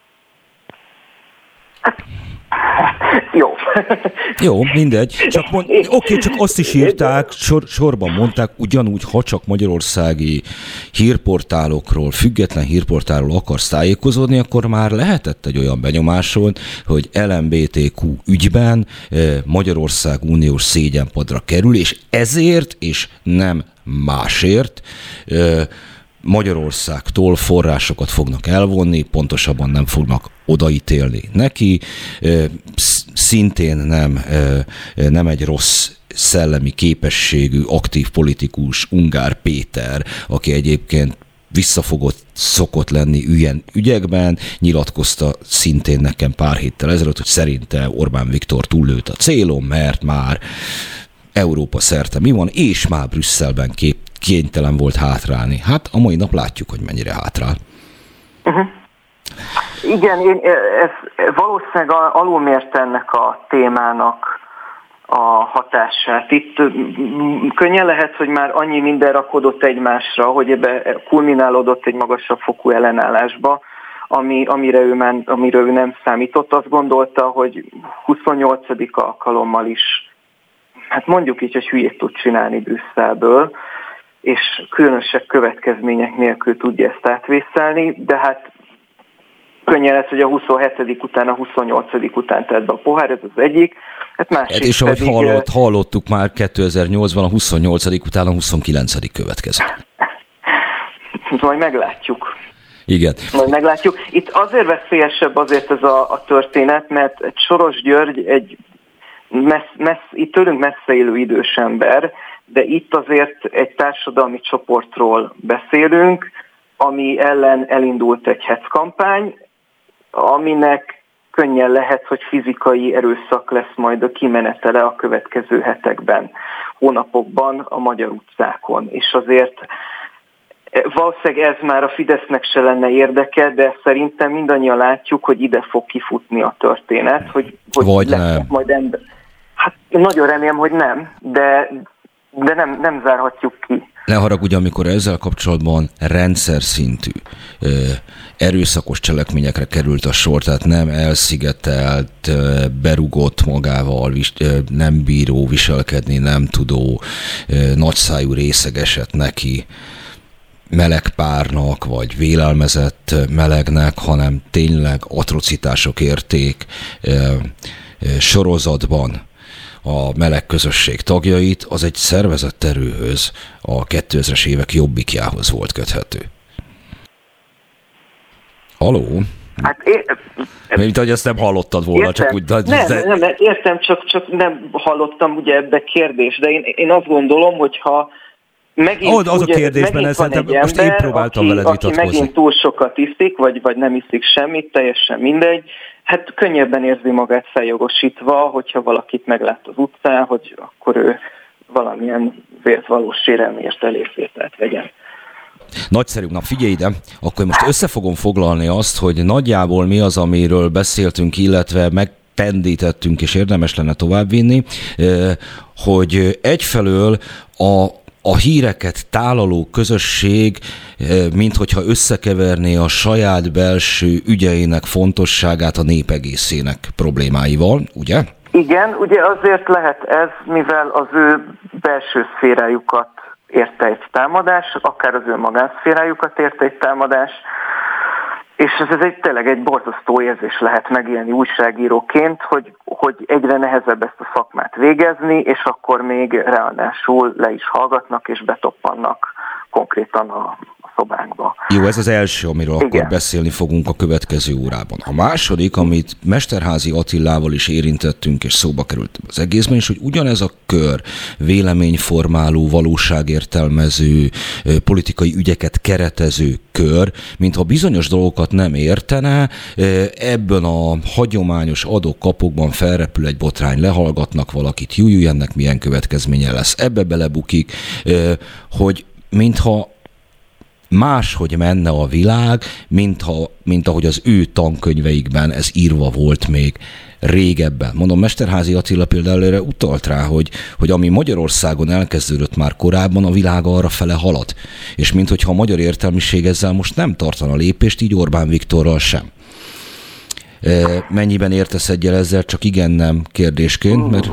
Jó, mindegy. Csak csak azt is írták, sorban mondták, ugyanúgy, ha csak magyarországi hírportálokról, független hírportálról akarsz tájékozódni, akkor már lehetett egy olyan benyomásod, hogy LMBTQ ügyben Magyarország uniós szégyenpadra kerül, és ezért, és nem másért, Magyarországtól forrásokat fognak elvonni, pontosabban nem fognak odaítélni neki, szintén nem egy rossz szellemi képességű, aktív politikus Ungár Péter, aki egyébként visszafogott szokott lenni ilyen ügyekben, nyilatkozta szintén nekem pár héttel ezelőtt, hogy szerinte Orbán Viktor túllőtt a célon, mert már Európa szerte mi van, és már Brüsszelben kénytelen volt hátrálni. Hát a mai nap látjuk, hogy mennyire hátrál. Uh-huh. Igen, ez valószínűleg alulmért ennek a témának a hatását. Itt könnyen lehet, hogy már annyi minden rakódott egymásra, hogy ebbe kulminálódott egy magasabb fokú ellenállásba, amire ő nem számított. Azt gondolta, hogy 28. alkalommal is, hát mondjuk így, hogy hülyét tud csinálni Brüsszelből, és különösebb következmények nélkül tudja ezt átvészelni, de hát könnyen lesz, hogy a 27. után, a 28. után tett be a pohár, ez az egyik. Hát másik és ahogy hallottuk már 2008-ban, a 28. után a 29. következő. Majd meglátjuk. Igen. Majd meglátjuk. Itt azért veszélyesebb azért ez a történet, mert egy Soros György egy itt tőlünk messze élő idős ember, de itt azért egy társadalmi csoportról beszélünk, ami ellen elindult egy hetzkampány, aminek könnyen lehet, hogy fizikai erőszak lesz majd a kimenetele a következő hetekben, hónapokban a magyar utcákon. És azért valószínűleg ez már a Fidesznek se lenne érdeke, de szerintem mindannyian látjuk, hogy ide fog kifutni a történet, hogy vagy nem. Majd ember. Hát nagyon remélem, hogy nem, de nem zárhatjuk ki. Ne haragudj, amikor ezzel kapcsolatban rendszer szintű erőszakos cselekményekre került a sor, tehát nem elszigetelt, berugott magával, nem bíró viselkedni, nem tudó, nagyszájú részeg esett neki meleg párnak, vagy vélelmezett melegnek, hanem tényleg atrocitások érték sorozatban a meleg közösség tagjait, az egy szervezett erőhöz, a 2000-es évek jobbikjához volt köthető. Haló? Hát mint ahogy ezt nem hallottad volna, értem, csak úgy... Nem, értem, csak nem hallottam ugye ebbe kérdést, de én azt gondolom, hogyha megint, az ugye, a kérdésben ez szerintem most én próbáltam veled vitatkozni. Aki megint túl sokat iszik, vagy nem iszik semmit, teljesen mindegy, hát könnyebben érzi magát feljogosítva, hogyha valakit meglát az utcán, hogy akkor ő valamilyen vért valós sérelmért elészvételt vegyen. Nagyszerű, na figyelj ide, akkor most össze fogom foglalni azt, hogy nagyjából mi az, amiről beszéltünk, illetve megpendítettünk, és érdemes lenne továbbvinni, hogy egyfelől a híreket tálaló közösség, minthogyha összekeverné a saját belső ügyeinek fontosságát a nép egészének problémáival, ugye? Igen, ugye azért lehet ez, mivel az ő belső szférájukat érte egy támadás, akár az ő magánszférájukat érte egy támadás, és ez tényleg egy borzasztó érzés lehet megélni újságíróként, hogy egyre nehezebb ezt a szakmát végezni, és akkor még ráadásul le is hallgatnak, és betoppannak konkrétan a szobánkba. Jó, ez az első, amiről akkor beszélni fogunk a következő órában. A második, amit Mesterházy Attilával is érintettünk, és szóba került az egészben, és hogy ugyanez a kör véleményformáló, valóságértelmező, politikai ügyeket keretező kör, mintha bizonyos dolgokat nem értene, ebben a hagyományos adok-kapokban felrepül egy botrány, lehallgatnak valakit, jújú, ennek milyen következménye lesz. Ebbe belebukik, hogy mintha máshogy menne a világ, mint ahogy az ő tankönyveikben ez írva volt még régebben. Mondom, Mesterházy Attila például erre utalt rá, hogy ami Magyarországon elkezdődött már korábban, a világ arra fele halad. És minthogyha a magyar értelmiség ezzel most nem tartana lépést, így Orbán Viktorral sem. Mennyiben értesz egyel ezzel, csak igen-nem kérdésként? Mert...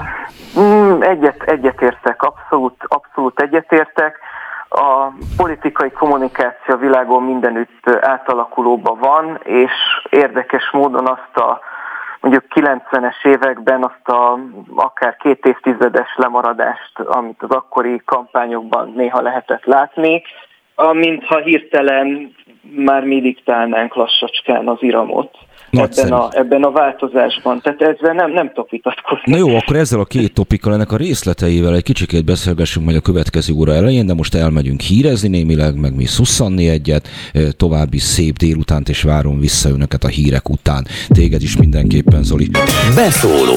Egyetértek, abszolút egyetértek. A politikai kommunikáció a világon mindenütt átalakulóban van, és érdekes módon azt a mondjuk 90-es években azt a akár 2 évtizedes lemaradást, amit az akkori kampányokban néha lehetett látni, mintha hirtelen már mi diktálnánk lassacskán az iramot. Ebben a változásban. Tehát ezzel nem tudok vitatkozni. Na jó, akkor ezzel a 2 topikkal, ennek a részleteivel egy kicsikét beszélgessünk majd a következő óra elején, de most elmegyünk hírezni némileg, meg mi szusszanni egyet, további szép délutánt, és várom vissza önöket a hírek után. Téged is mindenképpen, Zoli. Beszóló.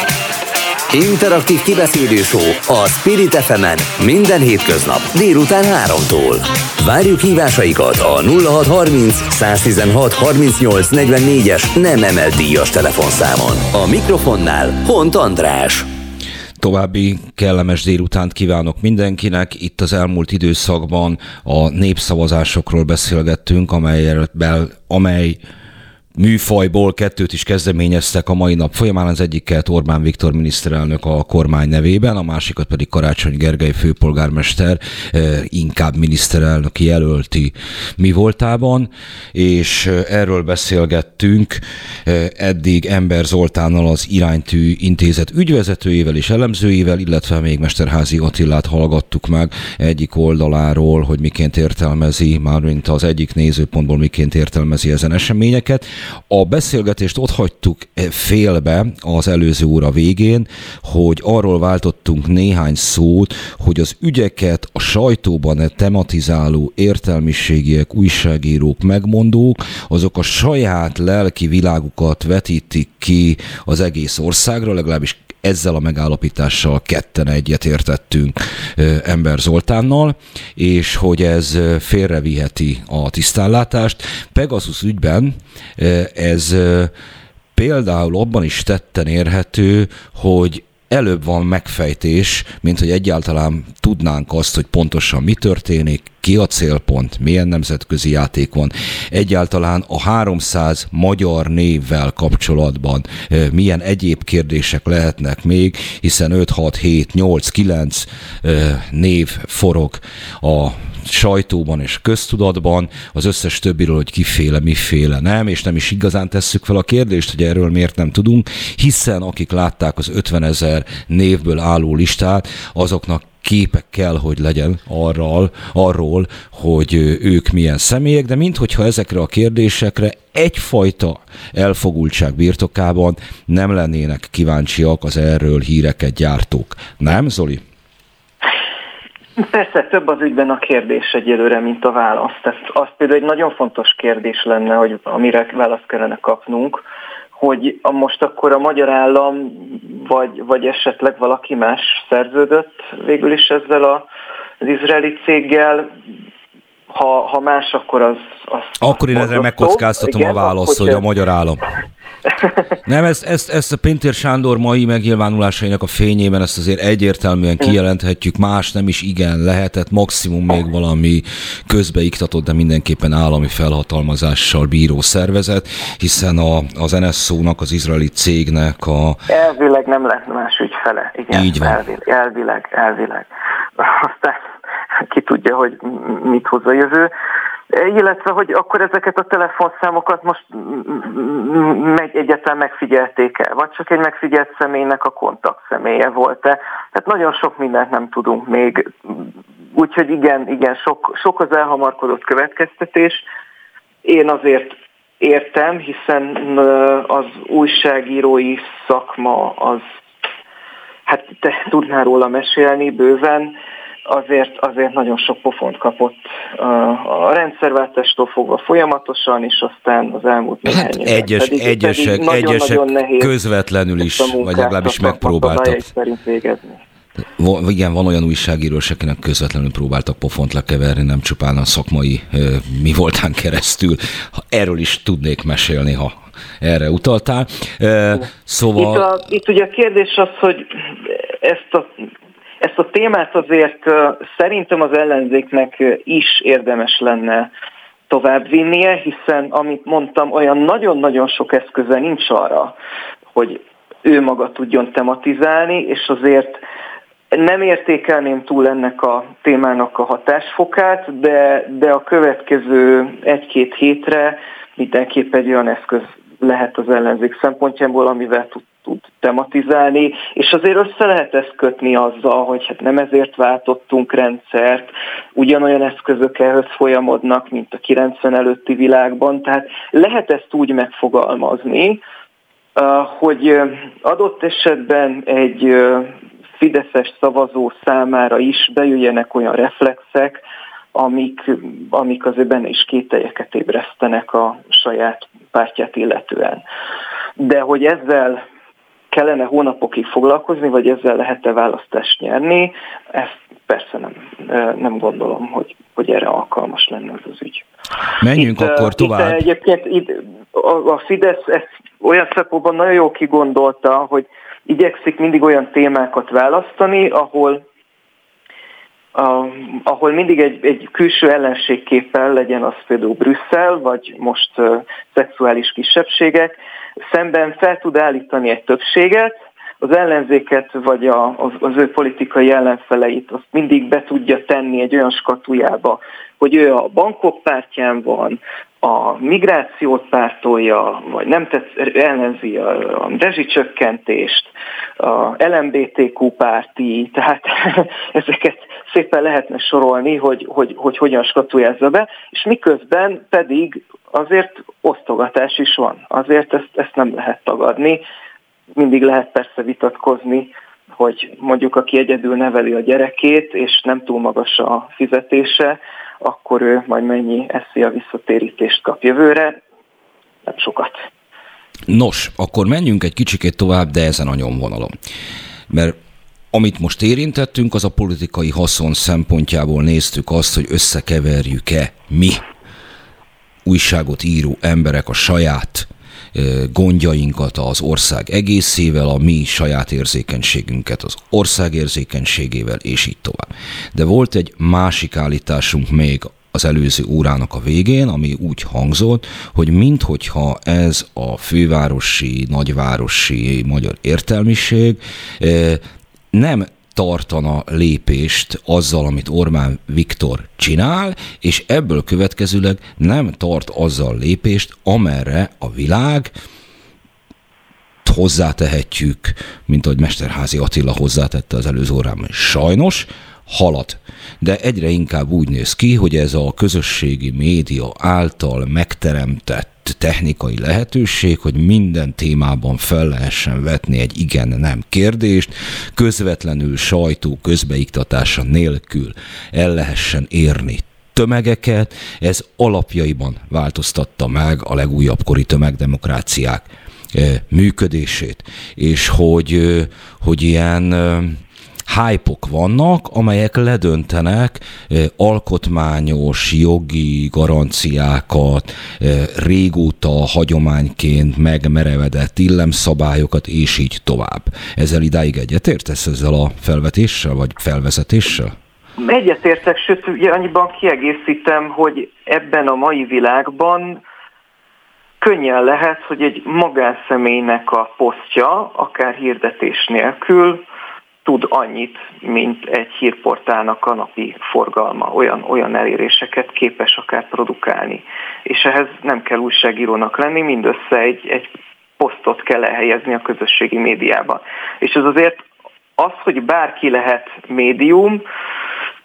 Interaktív kibeszélő show a Spirit FM-en minden hétköznap délután 3-tól. Várjuk hívásaikat a 0630 116 38 44-es nem emelt díjas telefonszámon. A mikrofonnál Hont András. További kellemes délutánt kívánok mindenkinek. Itt az elmúlt időszakban a népszavazásokról beszélgettünk, amely műfajból 2 is kezdeményeztek a mai nap folyamán, az egyiket Orbán Viktor miniszterelnök a kormány nevében, a másikat pedig Karácsony Gergely főpolgármester inkább miniszterelnöki jelölti mi voltában, és erről beszélgettünk eddig Ember Zoltánnal, az Iránytű Intézet ügyvezetőjével és elemzőjével, illetve még Mesterházy Attilát hallgattuk meg egyik oldaláról, hogy miként értelmezi, mármint az egyik nézőpontból miként értelmezi ezen eseményeket. A beszélgetést ott hagytuk félbe az előző óra végén, hogy arról váltottunk néhány szót, hogy az ügyeket a sajtóban tematizáló értelmiségiek, újságírók, megmondók, azok a saját lelki világukat vetítik ki az egész országra, legalábbis ezzel a megállapítással ketten egyetértettünk Ember Zoltánnal, és hogy ez félreviheti a tisztánlátást. Pegasus ügyben ez például abban is tetten érhető, hogy előbb van megfejtés, mint hogy egyáltalán tudnánk azt, hogy pontosan mi történik, ki a célpont, milyen nemzetközi játék van, egyáltalán a 300 magyar névvel kapcsolatban milyen egyéb kérdések lehetnek még, hiszen 5, 6, 7, 8, 9 név forog a sajtóban és köztudatban, az összes többiről, hogy kiféle, miféle nem, és nem is igazán tesszük fel a kérdést, hogy erről miért nem tudunk, hiszen akik látták az 50 000 névből álló listát, azoknak képek kell, hogy legyen arról, hogy ők milyen személyek, de minthogyha ezekre a kérdésekre egyfajta elfogultság birtokában nem lennének kíváncsiak az erről híreket gyártók. Nem, Zoli? Persze, több az ügyben a kérdés egyelőre, mint a válasz. Tehát az például egy nagyon fontos kérdés lenne, hogy amire választ kellene kapnunk, hogy most akkor a magyar állam, vagy esetleg valaki más szerződött végül is ezzel az izraeli céggel. Ha más, akkor az akkor én ezzel megkockáztatom a választ, hogy a magyar állam. Nem, ezt a Pintér Sándor mai megnyilvánulásainak a fényében ezt azért egyértelműen kijelenthetjük, más nem is igen lehetett, maximum még valami közbeiktatott, de mindenképpen állami felhatalmazással bíró szervezet, hiszen az NSO-nak, az izraeli cégnek a... Elvileg nem lett más ügyfele. Igen, így van. Elvileg. Aztán ki tudja, hogy mit hoz a jövő. Illetve, hogy akkor ezeket a telefonszámokat most egyáltalán megfigyelték el, vagy csak egy megfigyelt személynek a kontaktszemelye volt-e. Tehát nagyon sok mindent nem tudunk még Úgyhogy igen, sok az elhamarkodott következtetés. Én azért értem, hiszen az újságírói szakma az, hát te tudnál róla mesélni bőven, azért nagyon sok pofont kapott a rendszerváltástól fogva folyamatosan, és aztán az elmúlt néhány évben. Egyesek közvetlenül is, vagy legalábbis megpróbáltak. Igen, van olyan újságírós, akinek közvetlenül próbáltak pofont lekeverni, nem csupán a szakmai mi voltán keresztül. Erről is tudnék mesélni, ha erre utaltál. Szóval... Itt ugye a kérdés az, hogy ezt a témát azért szerintem az ellenzéknek is érdemes lenne továbbvinnie, hiszen, amit mondtam, olyan nagyon-nagyon sok eszköze nincs arra, hogy ő maga tudjon tematizálni, és azért nem értékelném túl ennek a témának a hatásfokát, de a következő 1-2 hétre mindenképp egy olyan eszköz lehet az ellenzék szempontjából, amivel tud tematizálni, és azért össze lehet ezt kötni azzal, hogy hát nem ezért váltottunk rendszert, ugyanolyan eszközök ehhez folyamodnak, mint a 90 előtti világban, tehát lehet ezt úgy megfogalmazni, hogy adott esetben egy fideszes szavazó számára is bejöjjenek olyan reflexek, amik azért benne is kételyeket ébresztenek a saját pártját illetően. De hogy ezzel kellene hónapokig foglalkozni, vagy ezzel lehet-e választást nyerni, ezt persze nem gondolom, hogy erre alkalmas lenne ez az ügy. Menjünk akkor tovább. Egyébként a Fidesz ezt olyan szempontból nagyon jól kigondolta, hogy igyekszik mindig olyan témákat választani, ahol mindig egy külső ellenségképpel, legyen az például Brüsszel, vagy most szexuális kisebbségek, szemben fel tud állítani egy többséget, az ellenzéket, vagy az ő politikai ellenfeleit azt mindig be tudja tenni egy olyan skatujába, hogy ő a bankok pártján van, a migrációt pártolja, vagy nem ellenzi a rezsicsökkentést, a LMBTQ párti, tehát ezeket szépen lehetne sorolni, hogy hogyan skatujázza be, és miközben pedig azért osztogatás is van. Azért ezt nem lehet tagadni. Mindig lehet persze vitatkozni, hogy mondjuk aki egyedül neveli a gyerekét, és nem túl magas a fizetése, akkor ő majd mennyi eszi a visszatérítést kap jövőre, nem sokat. Nos, akkor menjünk egy kicsikét tovább, de ezen a nyomvonalon. Mert amit most érintettünk, az a politikai haszon szempontjából néztük azt, hogy összekeverjük-e mi, újságot író emberek a saját gondjainkat az ország egészével, a mi saját érzékenységünket az ország érzékenységével, és így tovább. De volt egy másik állításunk még az előző órának a végén, ami úgy hangzott, hogy minthogyha ez a fővárosi, nagyvárosi magyar értelmiség nem tartana lépést azzal, amit Orbán Viktor csinál, és ebből következőleg nem tart azzal lépést, amerre a világ, hozzátehetjük, mint ahogy Mesterházy Attila hozzátette az előző órában, sajnos halad. De egyre inkább úgy néz ki, hogy ez a közösségi média által megteremtett technikai lehetőség, hogy minden témában fel lehessen vetni egy igen-nem kérdést, közvetlenül sajtó közbeiktatása nélkül el lehessen érni tömegeket, ez alapjaiban változtatta meg a legújabb kori tömegdemokráciák működését, és hogy ilyen hype-ok vannak, amelyek ledöntenek alkotmányos, jogi garanciákat, régóta hagyományként megmerevedett illemszabályokat, és így tovább. Ezzel idáig egyetértesz ezzel a felvetéssel, vagy felvezetéssel? Egyetértek, sőt, ugye annyiban kiegészítem, hogy ebben a mai világban könnyen lehet, hogy egy magánszemélynek a posztja, akár hirdetés nélkül, tud annyit, mint egy hírportálnak a napi forgalma, olyan eléréseket képes akár produkálni. És ehhez nem kell újságírónak lenni, mindössze egy posztot kell elhelyezni a közösségi médiában. És ez azért az, hogy bárki lehet médium,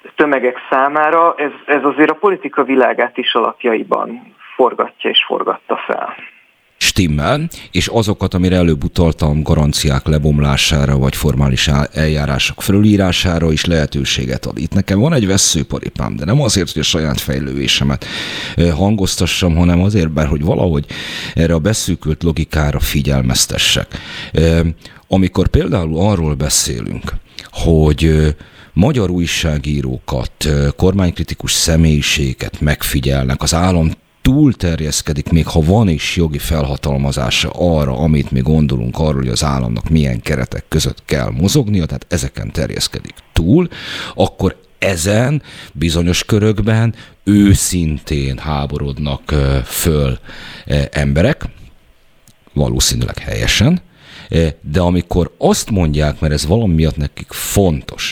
tömegek számára, ez azért a politika világát is alapjaiban forgatja és forgatta fel. Stimmel, és azokat, amire előbb utaltam, garanciák lebomlására, vagy formális eljárások felülírására is lehetőséget ad. Itt nekem van egy vesszőparipám, de nem azért, hogy a saját fejlődésemet hangoztassam, hanem azért, mert hogy valahogy erre a beszűkült logikára figyelmeztessek. Amikor például arról beszélünk, hogy magyar újságírókat, kormánykritikus személyiséget megfigyelnek, az állam túlterjeszkedik, még ha van is jogi felhatalmazása arra, amit mi gondolunk arról, hogy az államnak milyen keretek között kell mozognia, tehát ezeken terjeszkedik túl, akkor ezen bizonyos körökben őszintén háborodnak föl emberek, valószínűleg helyesen, de amikor azt mondják, mert ez valami miatt nekik fontos,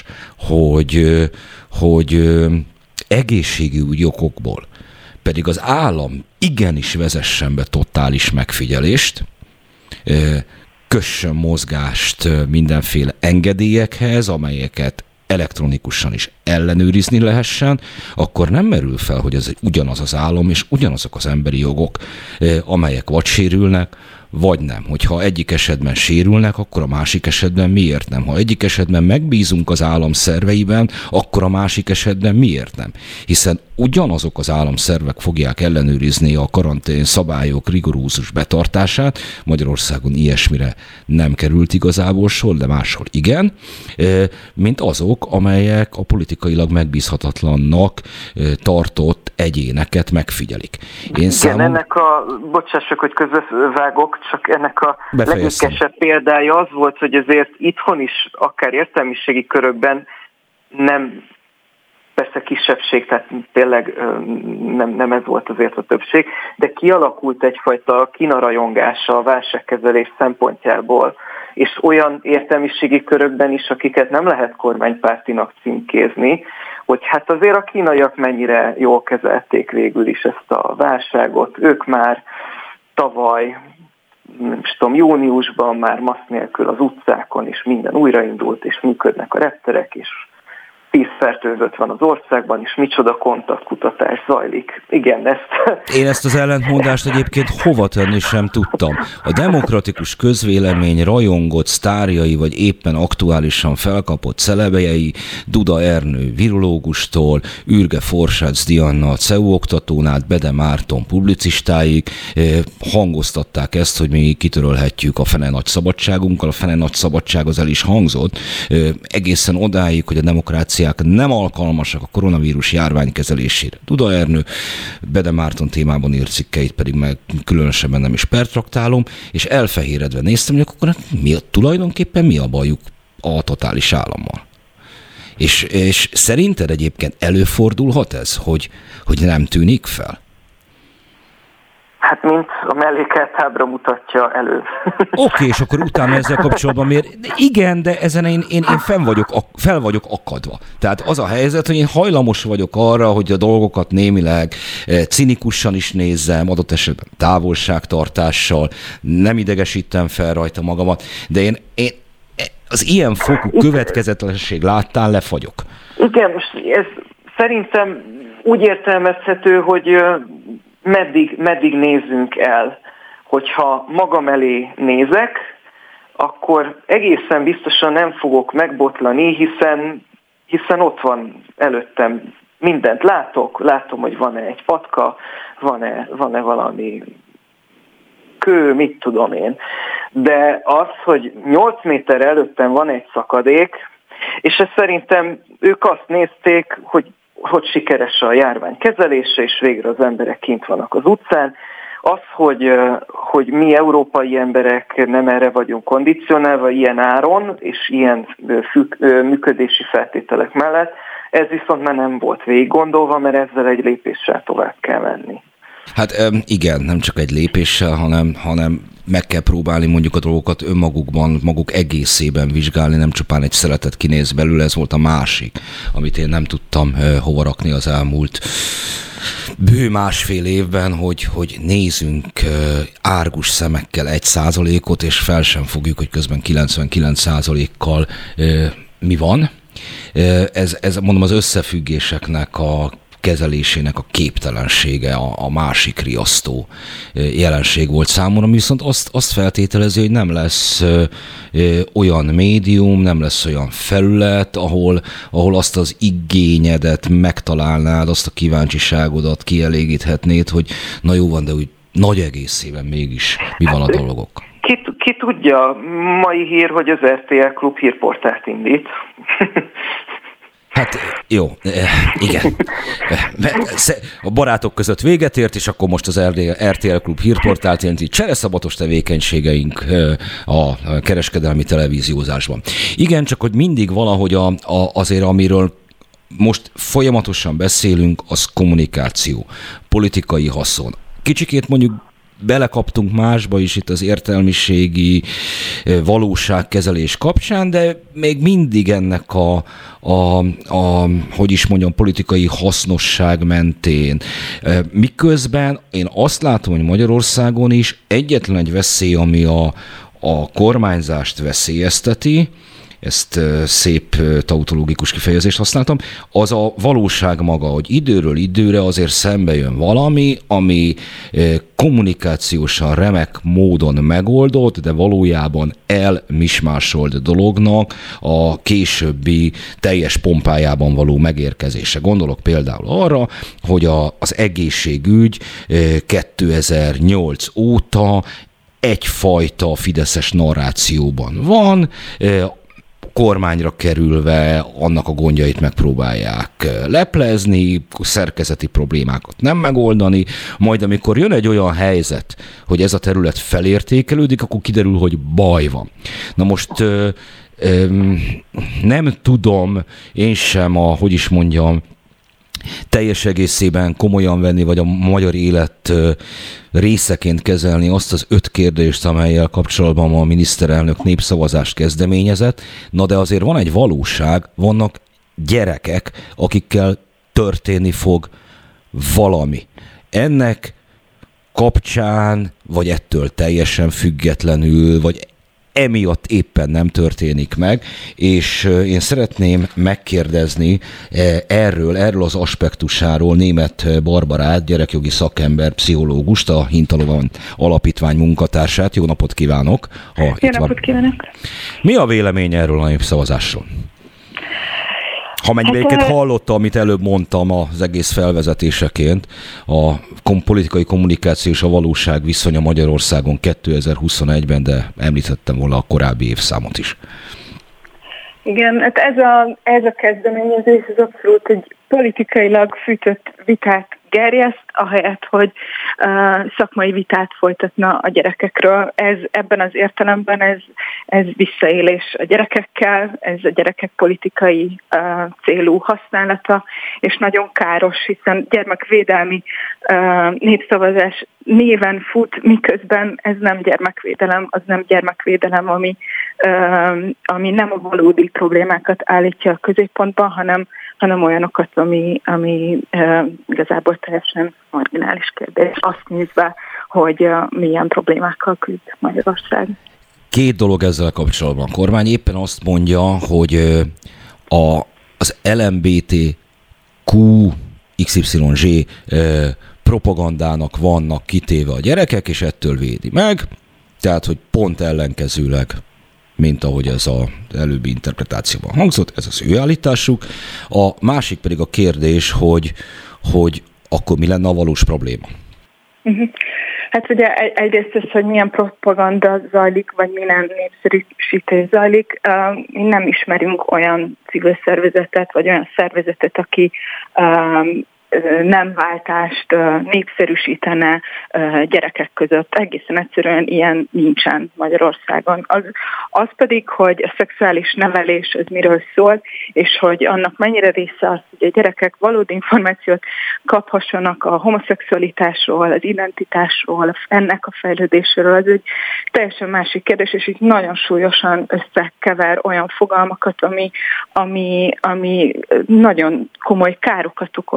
hogy egészségügyi okokból pedig az állam igenis vezessen be totális megfigyelést, kössön mozgást mindenféle engedélyekhez, amelyeket elektronikusan is ellenőrizni lehessen, akkor nem merül fel, hogy ez ugyanaz az állam, és ugyanazok az emberi jogok, amelyek vagy sérülnek, vagy nem. Hogyha egyik esetben sérülnek, akkor a másik esetben miért nem? Ha egyik esetben megbízunk az állam szerveiben, akkor a másik esetben miért nem? Hiszen ugyanazok az államszervek fogják ellenőrizni a karantén szabályok rigorózus betartását. Magyarországon ilyesmire nem került igazából sor, de máshol igen, mint azok, amelyek a politikailag megbízhatatlannak tartott egyéneket megfigyelik. Bocsássak, hogy közbevágok, csak ennek a legékesebb példája az volt, hogy ezért itthon is, akár értelmiségi körökben nem, persze kisebbség, tehát tényleg nem ez volt azért a többség, de kialakult egyfajta kínarajongása a válságkezelés szempontjából, és olyan értelmiségi körökben is, akiket nem lehet kormánypártinak címkézni, hogy hát azért a kínaiak mennyire jól kezelték végül is ezt a válságot. Ők már tavaly, nem tudom, júniusban már maszk nélkül az utcákon, és minden újraindult, és működnek a repterek, és 10 fertőzött van az országban, és micsoda kontaktkutatás zajlik. Igen, Én ezt az ellentmondást egyébként hova tenni sem tudtam. A demokratikus közvélemény rajongott sztárjai, vagy éppen aktuálisan felkapott celebjei, Duda Ernő virológustól, Ürge Forsácz Dianna CEU oktatónál, Bede Márton publicistáig hangoztatták ezt, hogy mi kitörölhetjük a fene nagy szabadságunkkal. A fene nagy szabadság az el is hangzott, egészen odáig, hogy a demokrácia nem alkalmasak a koronavírus járvány kezelésére. Duda Ernő, Bede Márton témában írt cikkeit pedig meg különösebben nem is pertraktálom, és elfehéredve néztem, hogy akkor tulajdonképpen mi a bajuk a totális állammal. És szerinted egyébként előfordulhat ez, hogy nem tűnik fel? Hát, mint a mellékelt ábra mutatja elő. Oké, és akkor utána ezzel kapcsolatban miért? Igen, de ezen én fel vagyok akadva. Tehát az a helyzet, hogy én hajlamos vagyok arra, hogy a dolgokat némileg cinikusan is nézzem, adott esetben távolságtartással, nem idegesítem fel rajta magamat, de én az ilyen fokú következetlenség láttán lefagyok. Igen, most ez szerintem úgy értelmezhető, hogy meddig nézzünk el. Hogyha magam elé nézek, akkor egészen biztosan nem fogok megbotlani, hiszen ott van előttem, mindent látom, hogy van-e egy patka, van-e valami kő, mit tudom én. De az, hogy 8 méter előttem van egy szakadék, és ez szerintem ők azt nézték, hogy sikeres a járvány kezelése, és végre az emberek kint vannak az utcán. Az, hogy mi európai emberek nem erre vagyunk kondicionálva ilyen áron, és ilyen működési feltételek mellett, ez viszont már nem volt végig gondolva, mert ezzel egy lépéssel tovább kell menni. Hát igen, nem csak egy lépéssel, hanem meg kell próbálni mondjuk a dolgokat önmagukban, maguk egészében vizsgálni, nem csupán egy szeletet kinéz belőle, ez volt a másik, amit én nem tudtam hova rakni az elmúlt bő másfél évben, hogy nézünk árgus szemekkel 1%-ot, és fel sem fogjuk, hogy közben 99%-kal mi van. ez mondom az összefüggéseknek a kezelésének a képtelensége a másik riasztó jelenség volt számomra, viszont azt feltételezi, hogy nem lesz olyan médium, nem lesz olyan felület, ahol azt az igényedet megtalálnád, azt a kíváncsiságodat kielégíthetnéd, hogy na jó van, de úgy nagy egészében mégis mi van a dolgok. Ki tudja, mai hír, hogy az RTL Klub hírportált indít. Hát jó, igen. A barátok között véget ért, és akkor most az RTL Klub hírportált jelenti csereszabatos tevékenységeink a kereskedelmi televíziózásban. Igen, csak hogy mindig valahogy azért, amiről most folyamatosan beszélünk, az kommunikáció, politikai haszon. Kicsikét mondjuk belekaptunk másba is itt az értelmiségi valóságkezelés kapcsán, de még mindig ennek hogy is mondjam, politikai hasznosság mentén. Miközben én azt látom, hogy Magyarországon is egyetlen egy veszély, ami a kormányzást veszélyezteti, ezt szép tautológikus kifejezést használtam, az a valóság maga, hogy időről időre azért szembe jön valami, ami kommunikációsan remek módon megoldott, de valójában elmismásolt dolognak a későbbi teljes pompájában való megérkezése. Gondolok például arra, hogy az egészségügy 2008 óta egyfajta fideszes narrációban van, kormányra kerülve annak a gondjait megpróbálják leplezni, szerkezeti problémákat nem megoldani, majd amikor jön egy olyan helyzet, hogy ez a terület felértékelődik, akkor kiderül, hogy baj van. Na most nem tudom én sem hogy is mondjam, teljes egészében komolyan venni, vagy a magyar élet részeként kezelni azt az 5 kérdést, amellyel kapcsolatban a miniszterelnök népszavazást kezdeményezett. Na de azért van egy valóság, vannak gyerekek, akikkel történni fog valami. Ennek kapcsán, vagy ettől teljesen függetlenül, vagy emiatt éppen nem történik meg, és én szeretném megkérdezni erről az aspektusáról Németh Barbarát, gyerekjogi szakember, pszichológust, a Hintalovan Alapítvány munkatársát. Jó napot kívánok! Jó napot kívánok! Mi a vélemény erről a népszavazásról? Ha mennyiben hallotta, amit előbb mondtam az egész felvezetéseként, a politikai kommunikáció és a valóság viszonya Magyarországon 2021-ben, de említettem volna a korábbi évszámot is. Igen, hát ez a kezdeményezés az abszolút egy politikailag fűtött vitát gerjeszt, ahelyett, hogy szakmai vitát folytatna a gyerekekről. Ebben az értelemben ez visszaélés a gyerekekkel, ez a gyerekek politikai célú használata, és nagyon káros, hiszen gyermekvédelmi népszavazás néven fut, miközben ez nem gyermekvédelem, az nem gyermekvédelem, ami nem a valódi problémákat állítja a középpontban, hanem olyanokat, ami igazából teljesen marginális kérdés. Azt nézve, hogy milyen problémákkal küzd Magyarország. 2 dolog ezzel kapcsolatban. A kormány éppen azt mondja, hogy az LMBTQ XYZ propagandának vannak kitéve a gyerekek, és ettől védi meg. Tehát, hogy pont ellenkezőleg, mint ahogy ez az előbbi interpretációban hangzott, ez az ő állításuk. A másik pedig a kérdés, hogy akkor mi lenne a valós probléma? Hát ugye egyrészt ez, hogy milyen propaganda zajlik, vagy milyen népszerűsítés zajlik. Mi nem ismerünk olyan civil szervezetet, vagy olyan szervezetet, aki nem váltást népszerűsítene gyerekek között. Egészen egyszerűen ilyen nincsen Magyarországon. Az pedig, hogy a szexuális nevelés az miről szól, és hogy annak mennyire része az, hogy a gyerekek valódi információt kaphassanak a homoszexualitásról, az identitásról, ennek a fejlődéséről, az egy teljesen másik kérdés, és itt nagyon súlyosan összekever olyan fogalmakat, ami nagyon komoly károkat okoz, hiszen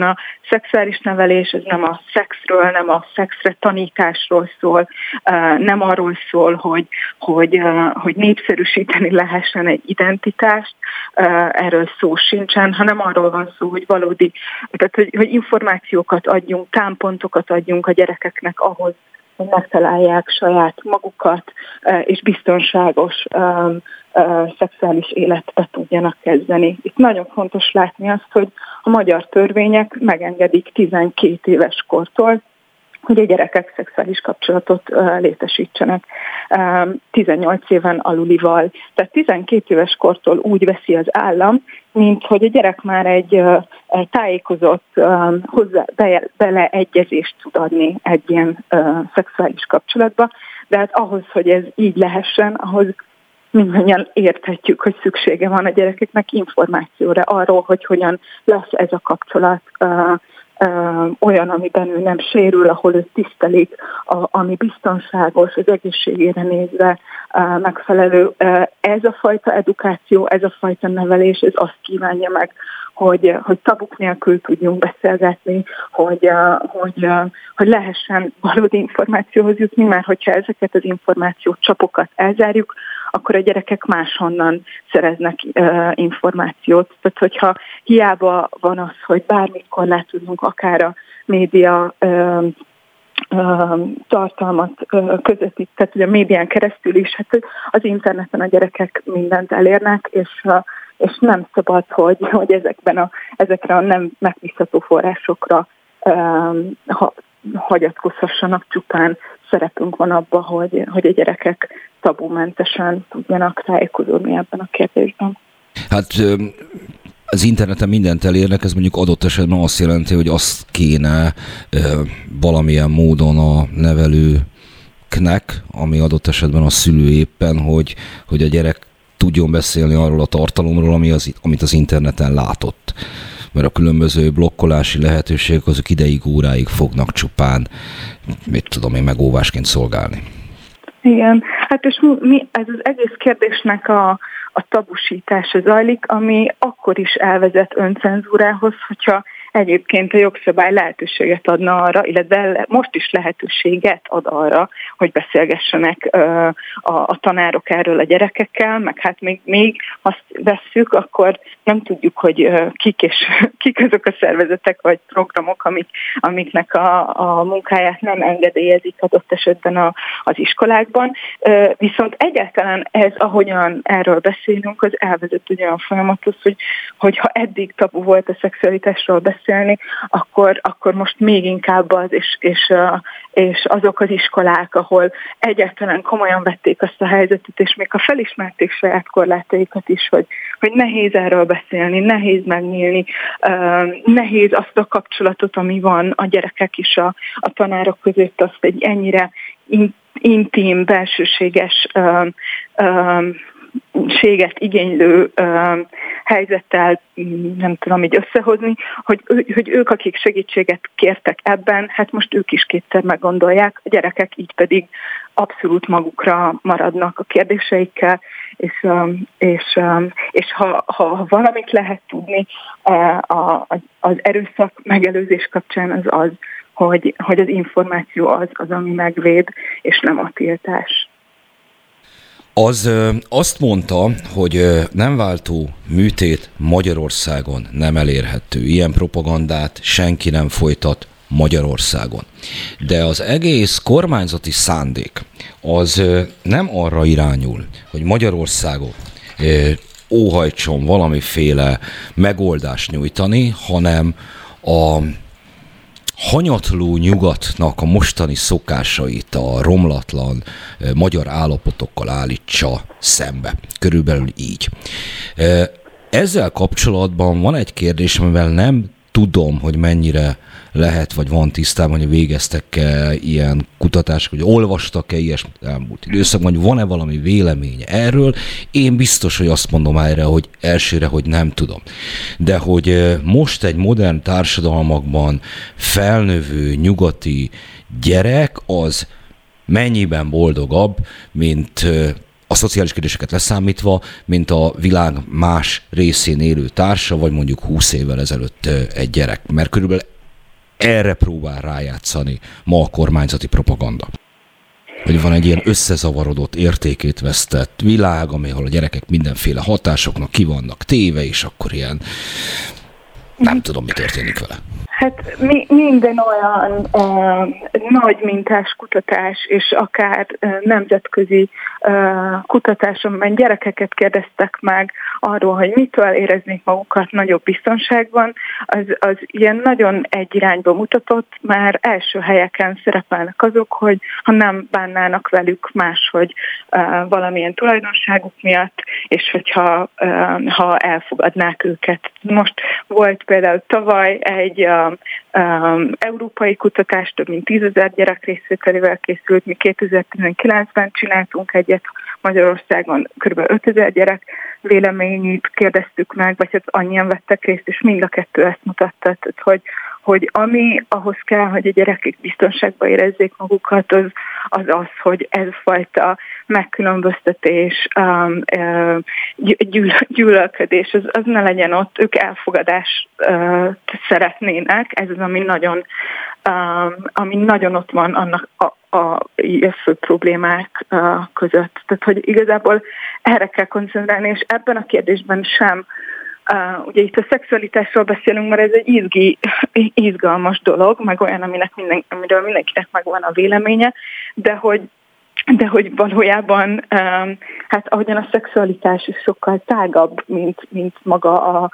a szexuális nevelés, ez nem a szexről, nem a szexre tanításról szól, nem arról szól, hogy népszerűsíteni lehessen egy identitást, erről szó sincsen, hanem arról van szó, hogy valódi, tehát hogy információkat adjunk, támpontokat adjunk a gyerekeknek ahhoz, hogy megtalálják saját magukat, és biztonságos szexuális életbe tudjanak kezdeni. Itt nagyon fontos látni azt, hogy a magyar törvények megengedik 12 éves kortól, hogy a gyerekek szexuális kapcsolatot létesítsenek 18 éven alulival. Tehát 12 éves kortól úgy veszi az állam, mint hogy a gyerek már egy tájékozott beleegyezést tud adni egy ilyen szexuális kapcsolatba, de hát ahhoz, hogy ez így lehessen, ahhoz mindannyian érthetjük, hogy szüksége van a gyerekeknek információra arról, hogy hogyan lesz ez a kapcsolat olyan, amiben ő nem sérül, ahol ő tisztelik, ami biztonságos, az egészségére nézve megfelelő. Ez a fajta edukáció, ez a fajta nevelés, ez azt kívánja meg, hogy tabuk nélkül tudjunk beszélgetni, hogy lehessen valódi információhoz jutni, mert hogyha ezeket az információcsapokat elzárjuk, akkor a gyerekek máshonnan szereznek információt. Tehát, hogyha hiába van az, hogy bármit korlátozunk, akár a média tartalmat közvetít, tehát ugye a médián keresztül is, hát az interneten a gyerekek mindent elérnek, és nem szabad, hogy ezekre a nem megbízható forrásokra hagyatkozhassanak, csupán szerepünk van abban, hogy a gyerekek tabumentesen tudjanak tájékozódni ebben a kérdésben. Hát az interneten mindent elérnek, ez mondjuk adott esetben azt jelenti, hogy azt kéne valamilyen módon a nevelőknek, ami adott esetben a szülő éppen, hogy a gyerek tudjon beszélni arról a tartalomról, amit az interneten látott. Mert a különböző blokkolási lehetőségek azok ideig, óráig fognak csupán, megóvásként szolgálni. Igen, hát és ez az egész kérdésnek a tabusítása zajlik, ami akkor is elvezet öncenzúrához, hogyha egyébként a jogszabály lehetőséget adna arra, illetve most is lehetőséget ad arra, hogy beszélgessenek a tanárok erről a gyerekekkel, meg hát még azt vesszük, akkor nem tudjuk, hogy kik azok a szervezetek vagy programok, amiknek a munkáját nem engedélyezik adott esetben az iskolákban. Viszont egyáltalán ez, ahogyan erről beszélünk, az elvezet egy olyan folyamathoz, hogy ha eddig tabu volt a szexualitásról beszélni, akkor most még inkább az, és azok az iskolák, ahol egyáltalán komolyan vették azt a helyzetet, és még ha felismerték saját korlátaikat is, hogy nehéz erről beszélni, nehéz megnyílni, nehéz azt a kapcsolatot, ami van a gyerekek is a tanárok között, azt egy ennyire intim, belsőséges séget igénylő helyzettel, nem tudom így összehozni, hogy ők, akik segítséget kértek ebben, hát most ők is kétszer meggondolják, a gyerekek így pedig abszolút magukra maradnak a kérdéseikkel, és ha valamit lehet tudni az erőszak megelőzés kapcsán, az, hogy az információ az, ami megvéd, és nem a tiltás. Azt mondta, hogy nem váltó műtét Magyarországon nem elérhető. Ilyen propagandát senki nem folytat Magyarországon. De az egész kormányzati szándék az nem arra irányul, hogy Magyarországon óhajtson valamiféle megoldást nyújtani, hanem a hanyatló nyugatnak a mostani szokásait a romlatlan magyar állapotokkal állítsa szembe. Körülbelül így. Ezzel kapcsolatban van egy kérdés, amivel nem tudom, hogy mennyire lehet, vagy van tisztában, hogy végeztek-e ilyen kutatást, hogy olvastak-e ilyesmit elmúlt időszakban, hogy van-e valami véleménye erről. Én biztos, hogy azt mondom erre, hogy elsőre, hogy nem tudom. De hogy most egy modern társadalmakban felnövő nyugati gyerek az mennyiben boldogabb, mint a szociális kérdéseket leszámítva, mint a világ más részén élő társa, vagy mondjuk 20 évvel ezelőtt egy gyerek. Mert körülbelül erre próbál rájátszani ma a kormányzati propaganda. Hogy van egy ilyen összezavarodott, értékét vesztett világ, ahol a gyerekek mindenféle hatásoknak ki vannak téve, és akkor ilyen nem tudom, mi történik vele. Hát minden olyan nagy mintás kutatás, és akár nemzetközi kutatás, amiben gyerekeket kérdeztek meg arról, hogy mitől éreznék magukat nagyobb biztonságban, az ilyen nagyon egy irányba mutatott, már első helyeken szerepelnek azok, hogy ha nem bánnának velük máshogy valamilyen tulajdonságuk miatt, és hogyha elfogadnák őket. Most volt például tavaly egy európai kutatás, több mint 10 000 gyerek részvételével készült. Mi 2019-ben csináltunk egyet Magyarországon, kb. 5 000 gyerek véleményét kérdeztük meg, vagy hát annyian vettek részt, és mind a kettő ezt mutatta, hogy ami ahhoz kell, hogy a gyerekek biztonságban érezzék magukat, az, hogy ez fajta megkülönböztetés, gyűlölködés, az ne legyen ott, ők elfogadást szeretnének, ez az, ami nagyon ott van annak a fő problémák között. Tehát, hogy igazából erre kell koncentrálni, és ebben a kérdésben sem. Ugye itt a szexualitásról beszélünk, mert ez egy izgalmas dolog, meg olyan, amiről mindenkinek megvan a véleménye, de hogy valójában, hát ahogyan a szexualitás is sokkal tágabb, mint maga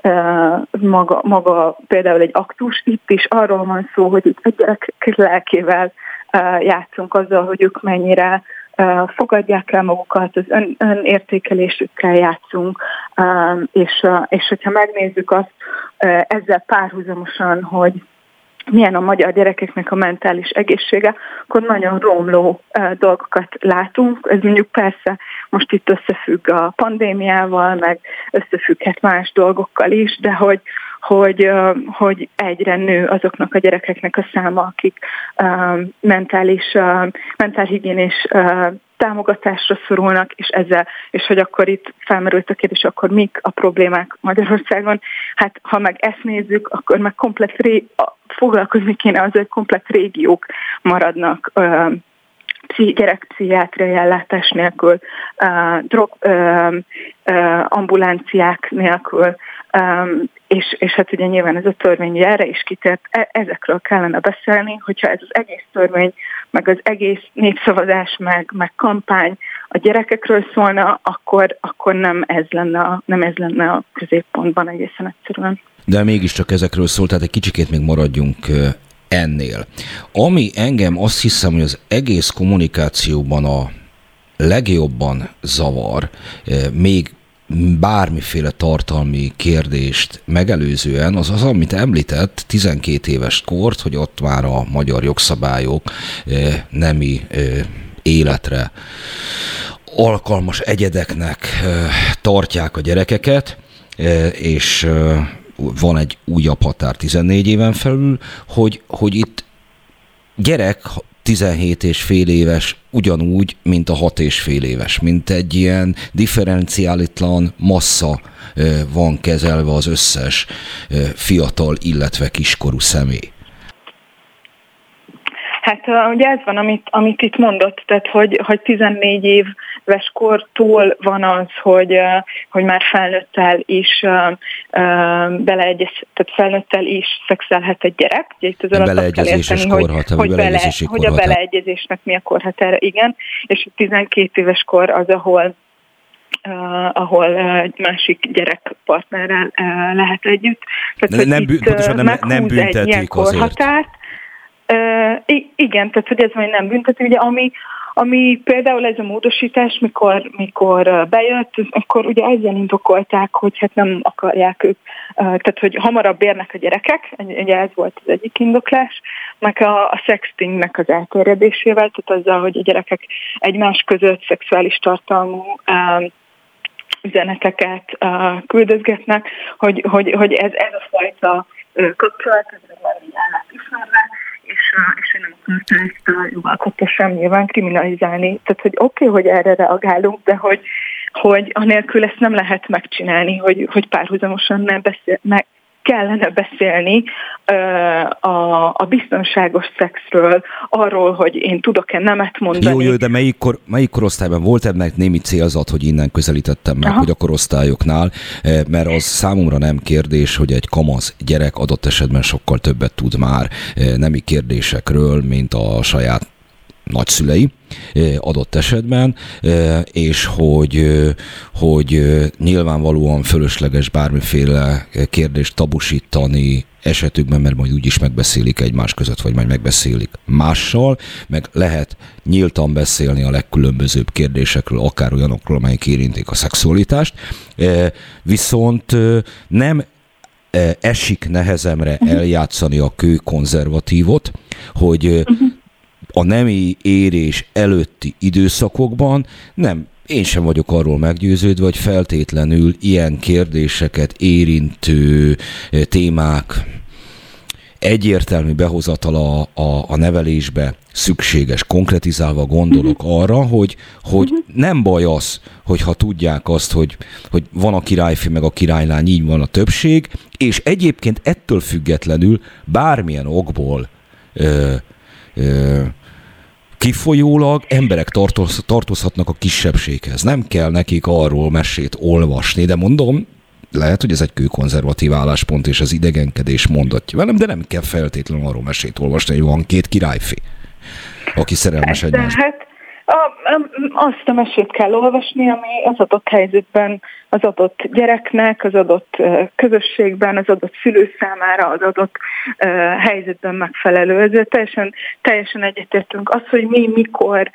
például egy aktus, itt is arról van szó, hogy itt egy gyerek lelkével játszunk azzal, hogy ők mennyire fogadják el magukat, az önértékelésükkel játszunk, és hogyha megnézzük azt ezzel párhuzamosan, hogy milyen a magyar gyerekeknek a mentális egészsége, akkor nagyon romló dolgokat látunk. Ez mondjuk persze most itt összefügg a pandémiával, meg összefügghet más dolgokkal is, de hogy egyre nő azoknak a gyerekeknek a száma, akik mentálhigiénés támogatásra szorulnak, és hogy akkor itt felmerült a kérdés, akkor mik a problémák Magyarországon. Hát ha meg ezt nézzük, akkor meg foglalkozni kéne az, hogy komplet régiók maradnak gyerekpszichiátriai ellátás nélkül, ambulanciák nélkül, és hát ugye nyilván ez a törvény erre is kitért, ezekről kellene beszélni, hogyha ez az egész törvény, meg az egész népszavazás, meg kampány a gyerekekről szólna, akkor nem ez lenne a középpontban egészen egyszerűen. De mégiscsak ezekről szól, tehát egy kicsikét még maradjunk ennél. Ami engem azt hiszem, hogy az egész kommunikációban a legjobban zavar, még bármiféle tartalmi kérdést megelőzően, az, amit említett, 12 éves kort, hogy ott már a magyar jogszabályok nemi életre alkalmas egyedeknek tartják a gyerekeket, és van egy újabb határ 14 éven felül, hogy itt gyerek 17 és fél éves ugyanúgy, mint a 6 és fél éves, mint egy ilyen differenciálitlan massza van kezelve az összes fiatal, illetve kiskorú személy. Hát ugye ez van, amit itt mondott, tehát hogy 14 éves kortól van az, hogy már felnőttel is tehát felnőttel is szexelhet egy gyerek. Ugye itt az alatt kell érteni, hogy a beleegyezésnek mi a korhatára, igen, és a 12 éves kor az, ahol egy másik gyerekpartnerrel lehet együtt. Tehát, nem büntetik azért. Igen, tehát hogy ez majd nem büntető, ugye ami például ez a módosítás, mikor bejött, akkor ugye ezzel indokolták, hogy hát nem akarják ők, tehát hogy hamarabb érnek a gyerekek, ugye ez volt az egyik indoklás, meg a sextingnek az elterjedésével, tehát azzal, hogy a gyerekek egymás között szexuális tartalmú üzeneteket küldözgetnek, hogy ez a fajta kapcsolat, ez már így áll ismerve, és én nem akarta ezt a jogalkotás sem nyilván kriminalizálni. Tehát, hogy oké, hogy erre reagálunk, de hogy anélkül ezt nem lehet megcsinálni, hogy párhuzamosan kellene beszélni a biztonságos szexről, arról, hogy én tudok-e nemet mondani. Jó, de melyik korosztályban volt ennek némi célzat, hogy innen közelítettem meg, hogy a korosztályoknál, mert az számomra nem kérdés, hogy egy kamasz gyerek adott esetben sokkal többet tud már nemi kérdésekről, mint a saját nagyszülei adott esetben, és hogy nyilvánvalóan fölösleges bármiféle kérdést tabusítani esetükben, mert majd úgyis megbeszélik egymás között, vagy majd megbeszélik mással, meg lehet nyíltan beszélni a legkülönbözőbb kérdésekről, akár olyanokról, amelyek érintik a szexualitást, viszont nem esik nehezemre eljátszani a kőkonzervatívot, hogy a nemi érés előtti időszakokban én sem vagyok arról meggyőződve, hogy feltétlenül ilyen kérdéseket érintő témák egyértelmű behozatala a nevelésbe szükséges. Konkretizálva gondolok arra, hogy nem baj az, hogyha tudják azt, hogy van a királyfi, meg a királylány, így van a többség, és egyébként ettől függetlenül bármilyen okból kifolyólag emberek tartozhatnak a kisebbséghez. Nem kell nekik arról mesét olvasni, de mondom, lehet, hogy ez egy kőkonzervatív álláspont, és az idegenkedés mondatja velem, de nem kell feltétlenül arról mesét olvasni, hogy van két királyfi, aki szerelmes egymásba. Hát azt a mesét kell olvasni, ami az adott helyzetben, az adott gyereknek, az adott közösségben, az adott szülő számára, az adott helyzetben megfelelő. Ezzel teljesen egyetértünk. Az, hogy mikor,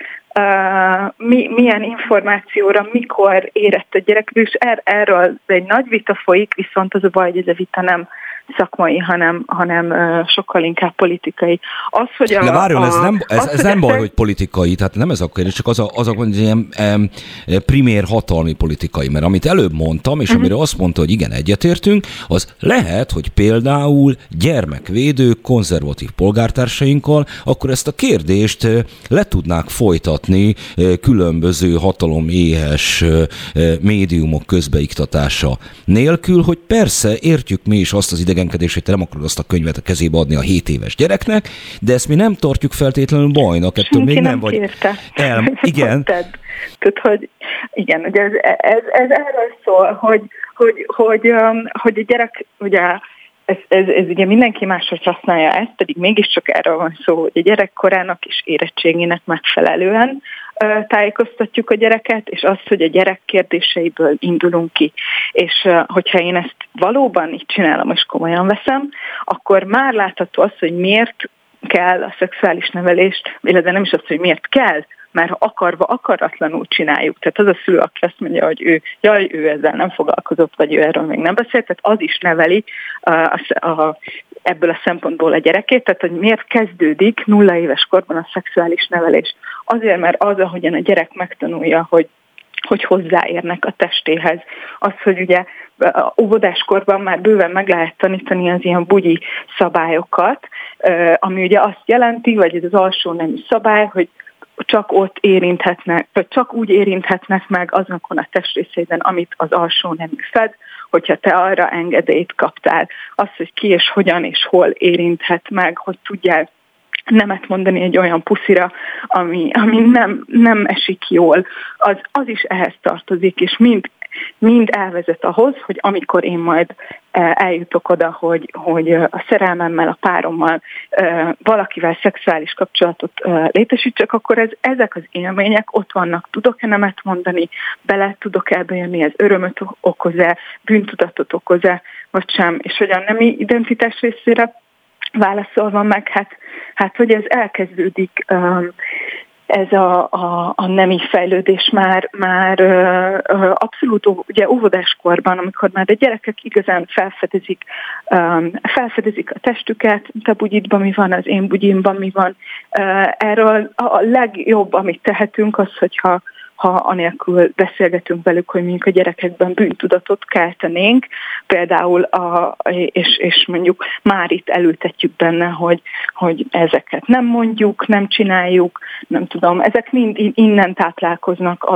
milyen információra, mikor érett a gyerek, és erről egy nagy vita folyik, viszont az a baj, hogy ez a vita nem szakmai, hanem sokkal inkább politikai. Az, hogy de várjon, ez nem baj, hogy politikai, tehát nem ez a kérdés, csak az a ilyen primér hatalmi politikai, mert amit előbb mondtam, és amire azt mondta, hogy igen, egyetértünk, az lehet, hogy például gyermekvédő konzervatív polgártársainkkal, akkor ezt a kérdést le tudnák folytatni különböző hataloméhes médiumok közbeiktatása nélkül, hogy persze értjük mi is azt az idegenkedést, hogy te nem akarod azt a könyvet a kezébe adni a 7 éves gyereknek, de ezt mi nem tartjuk feltétlenül bajnak, ettől még nem vagy... Igen. Tehát, hogy igen, ugye ez erről szól, hogy a gyerek, ugye ez ugye mindenki máshogy használja ezt, pedig mégiscsak erről van szó, hogy a gyerekkorának és érettségének megfelelően tájékoztatjuk a gyereket, és azt, hogy a gyerek kérdéseiből indulunk ki. És hogyha én ezt valóban így csinálom, és komolyan veszem, akkor már látható az, hogy miért kell a szexuális nevelést, illetve nem is az, hogy miért kell, mert ha akarva, akaratlanul csináljuk. Tehát az a szülő, aki azt mondja, hogy ő ezzel nem foglalkozott, vagy ő erről még nem beszélt, tehát az is neveli ebből a szempontból a gyerekét, tehát hogy miért kezdődik 0 éves korban a szexuális nevelés. Azért, mert az, ahogyan a gyerek megtanulja, hogy hozzáérnek a testéhez. Az, hogy ugye óvodáskorban már bőven meg lehet tanítani az ilyen bugyi szabályokat, ami ugye azt jelenti, vagy ez az alsó nemű szabály, hogy csak ott érinthetnek, vagy csak úgy érinthetnek meg azokon a testrészében, amit az alsó nemű fed, hogyha te arra engedélyt kaptál. Az, hogy ki és hogyan és hol érinthet meg, hogy tudjál nemet mondani egy olyan puszira, ami nem esik jól, az is ehhez tartozik, és mind elvezet ahhoz, hogy amikor én majd eljutok oda, hogy a szerelmemmel, a párommal valakivel szexuális kapcsolatot létesítsek, akkor ezek az élmények ott vannak. Tudok-e nemet mondani, bele tudok elbejönni, ez örömöt okoz-e, bűntudatot okoz-e, vagy sem, és hogy a nemi identitás részére válaszolva meg, hát hogy ez elkezdődik, ez a nemi fejlődés már abszolút ugye óvodáskorban, amikor már a gyerekek igazán felfedezik a testüket, te bugyidban mi van, az én bugyimban mi van. Erről a legjobb, amit tehetünk, az, hogyha anélkül beszélgetünk velük, hogy mondjuk a gyerekekben bűntudatot keltenénk, például és mondjuk már itt elültetjük benne, hogy ezeket nem mondjuk, nem csináljuk, nem tudom, ezek mind innen táplálkoznak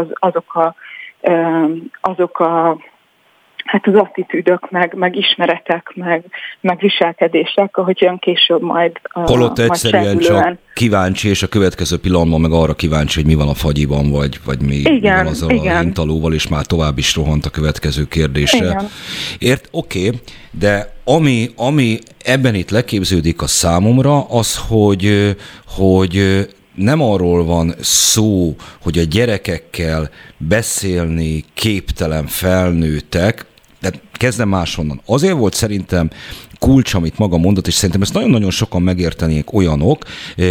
azok a hát az attitűdök, meg ismeretek, meg viselkedések, ahogy olyan később majd holott egyszerűen csak kíváncsi, és a következő pillanatban meg arra kíváncsi, hogy mi van a fagyiban, vagy mi van azzal a hintalóval, és már tovább is rohant a következő kérdésre. Oké, de ami ebben itt leképződik a számomra, az, hogy nem arról van szó, hogy a gyerekekkel beszélni képtelen felnőttek, de kezdem máshonnan. Azért volt szerintem kulcs, amit maga mondott, és szerintem ezt nagyon-nagyon sokan megértenék olyanok,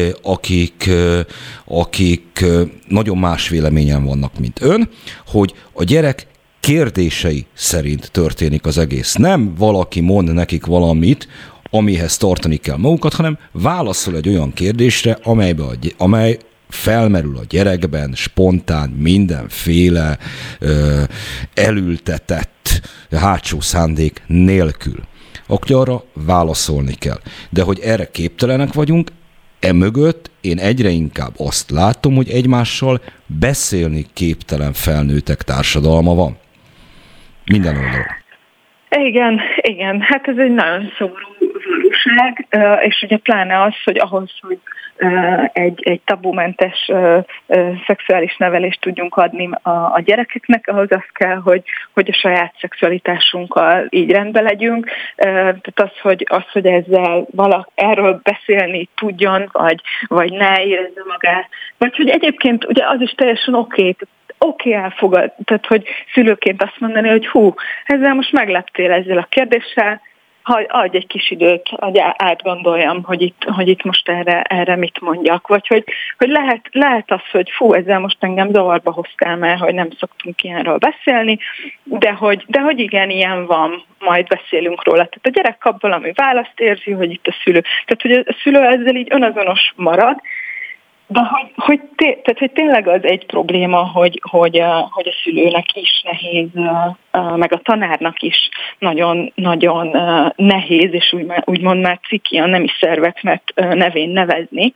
akik nagyon más véleményen vannak, mint ön, hogy a gyerek kérdései szerint történik az egész. Nem valaki mond nekik valamit, amihez tartani kell magukat, hanem válaszol egy olyan kérdésre, amely felmerül a gyerekben, spontán, mindenféle elültetett hátsó szándék nélkül. Akkor arra válaszolni kell. De hogy erre képtelenek vagyunk, emögött én egyre inkább azt látom, hogy egymással beszélni képtelen felnőttek társadalma van. Minden oldalon. Igen, hát ez egy nagyon szomorú valóság, és ugye pláne az, hogy ahhoz, hogy egy tabumentes szexuális nevelést tudjunk adni a gyerekeknek, ahhoz az kell, hogy a saját szexualitásunkkal így rendben legyünk. Tehát az, hogy ezzel erről beszélni tudjon, vagy ne érezze magát, vagy hogy egyébként ugye az is teljesen oké, elfogad, tehát hogy szülőként azt mondani, hogy ezzel most megleptél ezzel a kérdéssel, adj egy kis időt, hogy átgondoljam, hogy itt most erre mit mondjak, vagy hogy lehet az, hogy ezzel most engem zavarba hoztál, mert hogy nem szoktunk ilyenről beszélni, de hogy igen, ilyen van, majd beszélünk róla. Tehát a gyerek kap valami választ, érzi, hogy itt a szülő. Tehát, hogy a szülő ezzel így önazonos marad, de hogy tényleg az egy probléma, hogy a szülőnek is nehéz, meg a tanárnak is nagyon, nagyon nehéz, és úgymond már ciki a nemi szerveknek nevén nevezni,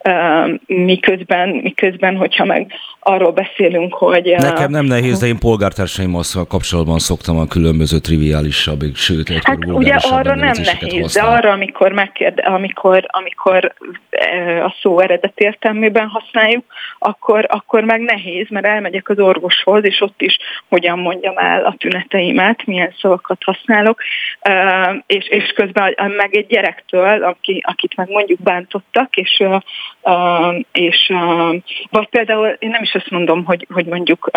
miközben, hogyha meg arról beszélünk, hogy... Nekem nem nehéz, de én polgártársaimmal kapcsolatban szoktam a különböző triviálisabb, sőt, hát ugye arra nem nehéz, használni. De arra, amikor a szó eredet értelmében használjuk, akkor meg nehéz, mert elmegyek az orvoshoz, és ott is hogyan mondjam el a tüneteimet, milyen szavakat használok, és közben meg egy gyerektől, akit meg mondjuk bántottak, és vagy például én nem is azt mondom, hogy mondjuk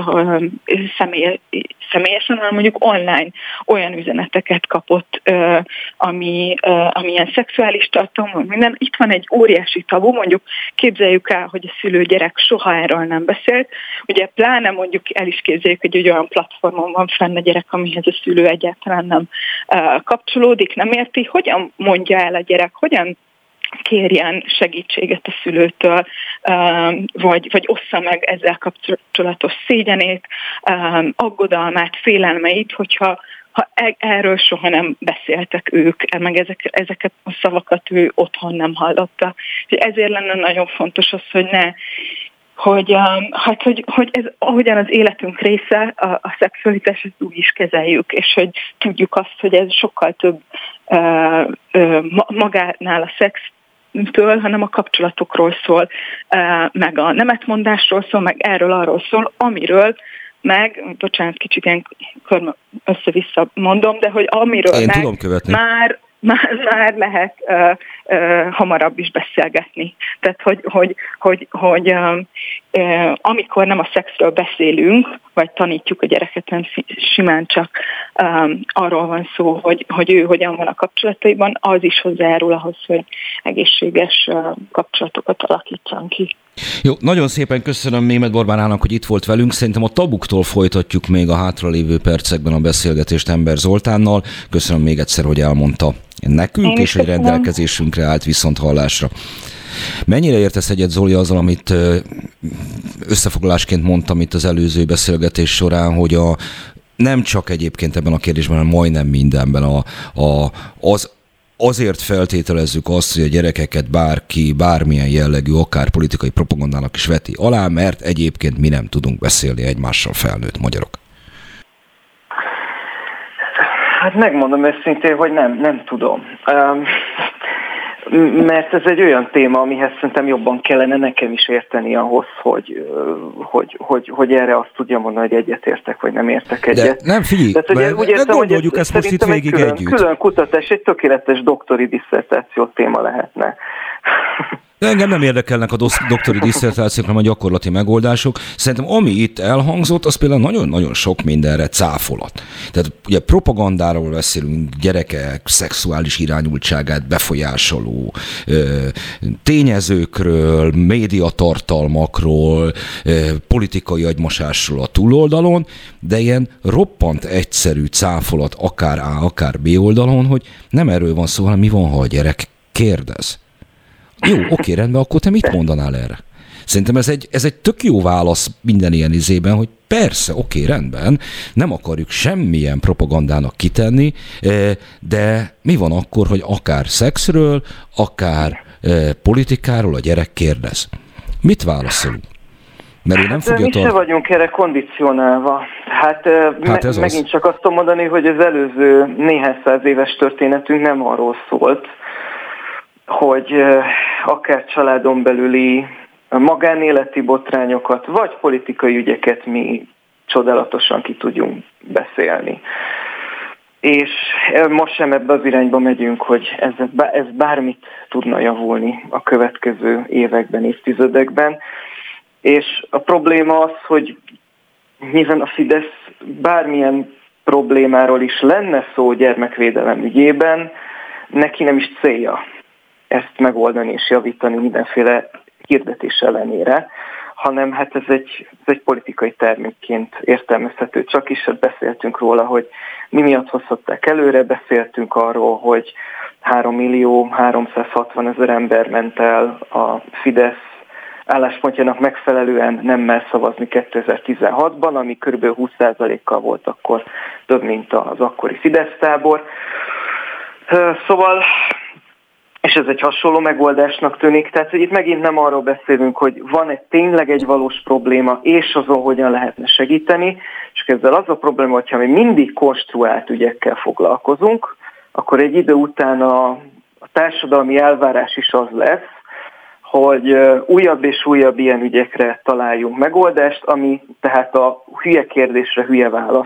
személyesen, hanem mondjuk online olyan üzeneteket kapott, ami ilyen szexuális tartalom, minden. Itt van egy óriási tabu, mondjuk képzeljük el, hogy a szülő-gyerek soha erről nem beszélt. Ugye pláne mondjuk el is képzeljük, hogy egy olyan platformon van fenn a gyerek, amihez a szülő egyáltalán nem kapcsolódik, nem érti. Hogyan mondja el a gyerek, hogyan kérjen segítséget a szülőtől, vagy ossza meg ezzel kapcsolatos szégyenét, aggodalmát, félelmeit, hogyha erről soha nem beszéltek ők, meg ezeket a szavakat ő otthon nem hallotta. Ezért lenne nagyon fontos az, hogy ez ahogyan az életünk része, a szexualitás, ezt úgy is kezeljük, és hogy tudjuk azt, hogy ez sokkal több magánál a szextől, hanem a kapcsolatokról szól, meg a nemetmondásról szól, meg arról szól, amiről meg, bocsánat, kicsit ilyen össze-vissza mondom, de hogy amiről már lehet hamarabb is beszélgetni. Tehát, hogy amikor nem a szexről beszélünk, vagy tanítjuk a gyereket, nem simán csak arról van szó, hogy ő hogyan van a kapcsolataiban, az is hozzájárul ahhoz, hogy egészséges kapcsolatokat alakítson ki. Jó, nagyon szépen köszönöm Németh Borbánának, hogy itt volt velünk. Szerintem a tabuktól folytatjuk még a hátralévő percekben a beszélgetést Ember Zoltánnal. Köszönöm még egyszer, hogy elmondta nekünk, és hogy rendelkezésünkre állt. Viszonthallásra. Mennyire értesz egyet, Zoli, azzal, amit összefoglalásként mondtam itt az előző beszélgetés során, hogy nem csak egyébként ebben a kérdésben, hanem majdnem mindenben azért feltételezzük azt, hogy a gyerekeket bárki, bármilyen jellegű, akár politikai propagandának is veti alá, mert egyébként mi nem tudunk beszélni egymással, felnőtt magyarok. Hát megmondom őszintén, hogy nem tudom. Mert ez egy olyan téma, amihez szerintem jobban kellene nekem is érteni ahhoz, hogy erre azt tudja mondani, hogy egyetértek, vagy nem értek egyet. De nem, figyelj, gondoljuk ezt most itt végig együtt. Külön kutatás, egy tökéletes doktori disszertáció téma lehetne. De engem nem érdekelnek a doktori disszertációk, hanem a gyakorlati megoldások. Szerintem ami itt elhangzott, az például nagyon-nagyon sok mindenre cáfolat. Tehát ugye propagandáról beszélünk, gyerekek szexuális irányultságát befolyásoló tényezőkről, médiatartalmakról, politikai agymosásról a túloldalon, de ilyen roppant egyszerű cáfolat akár A, akár B oldalon, hogy nem erről van szó, hanem mi van, ha a gyerek kérdez. Jó, oké, rendben, akkor te mit mondanál erre? Szerintem ez egy tök jó válasz minden ilyen izében, hogy persze, oké, rendben, nem akarjuk semmilyen propagandának kitenni, de mi van akkor, hogy akár szexről, akár politikáról a gyerek kérdez? Mit válaszolunk? Mert nem fogja mi se vagyunk erre kondicionálva. Megint csak azt tudom mondani, hogy az előző néhány száz éves történetünk nem arról szólt, hogy akár családon belüli magánéleti botrányokat, vagy politikai ügyeket mi csodálatosan ki tudjunk beszélni. És most sem ebbe az irányba megyünk, hogy ez bármit tudna javulni a következő években, évtizedekben. És a probléma az, hogy nyilván a Fidesz bármilyen problémáról is lenne szó gyermekvédelem ügyében, neki nem is célja ezt megoldani és javítani mindenféle hirdetés ellenére, hanem hát ez egy politikai termékként értelmezhető. Csak is beszéltünk róla, hogy mi miatt hozhatták előre, beszéltünk arról, hogy 3.360.000 ember ment el a Fidesz álláspontjának megfelelően nem mer szavazni 2016-ban, ami kb. 20%-kal volt akkor több, mint az akkori Fidesz tábor. Szóval, és ez egy hasonló megoldásnak tűnik, tehát hogy itt megint nem arról beszélünk, hogy van tényleg egy valós probléma, és azon hogyan lehetne segíteni, és ezzel az a probléma, hogyha mi mindig konstruált ügyekkel foglalkozunk, akkor egy idő után a társadalmi elvárás is az lesz, hogy újabb és újabb ilyen ügyekre találjunk megoldást, ami tehát a hülye kérdésre hülye válasz,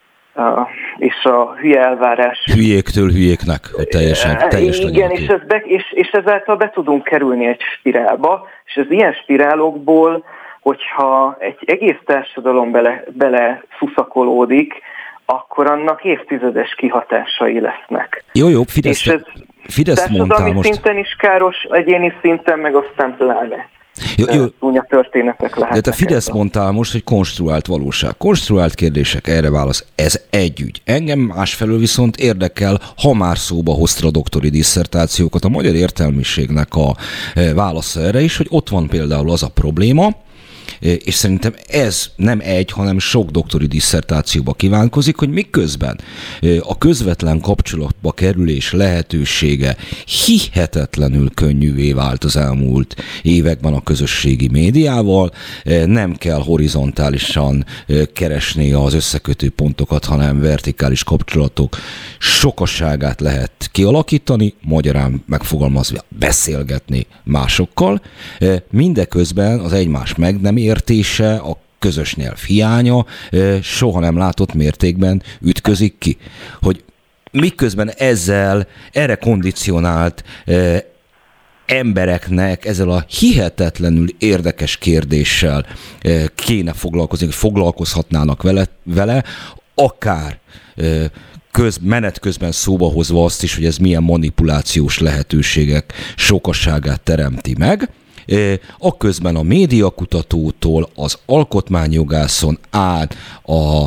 és a hülye elvárás. Hülyéktől hülyéknek, hogy teljesen igen, és ezáltal be tudunk kerülni egy spirálba, és az ilyen spirálokból, hogyha egy egész társadalom bele szuszakolódik, akkor annak évtizedes kihatásai lesznek. Jó, Fidesz mondtál most. Szinten is káros, egyéni szinten, meg aztán pláne. Csúnya történetek lehetnek. De te Fidesz mondtál most, hogy konstruált valóság. Konstruált kérdések, erre válasz. Ez egy ügy. Engem másfelől viszont érdekel, ha már szóba hozta a doktori disszertációkat, a magyar értelmiségnek a válasza erre is, hogy ott van például az a probléma, és szerintem ez nem egy, hanem sok doktori disszertációba kívánkozik, hogy miközben a közvetlen kapcsolatba kerülés lehetősége hihetetlenül könnyűvé vált az elmúlt években a közösségi médiával, nem kell horizontálisan keresni az összekötő pontokat, hanem vertikális kapcsolatok sokasságát lehet kialakítani, magyarán megfogalmazva beszélgetni másokkal, mindeközben az egymás meg nem értése, a közös nyelv hiánya soha nem látott mértékben ütközik ki. Hogy miközben erre kondicionált embereknek ezzel a hihetetlenül érdekes kérdéssel kéne foglalkozni, hogy foglalkozhatnának vele akár menet közben szóba hozva azt is, hogy ez milyen manipulációs lehetőségek sokasságát teremti meg, akközben a médiakutatótól az alkotmányjogászon át a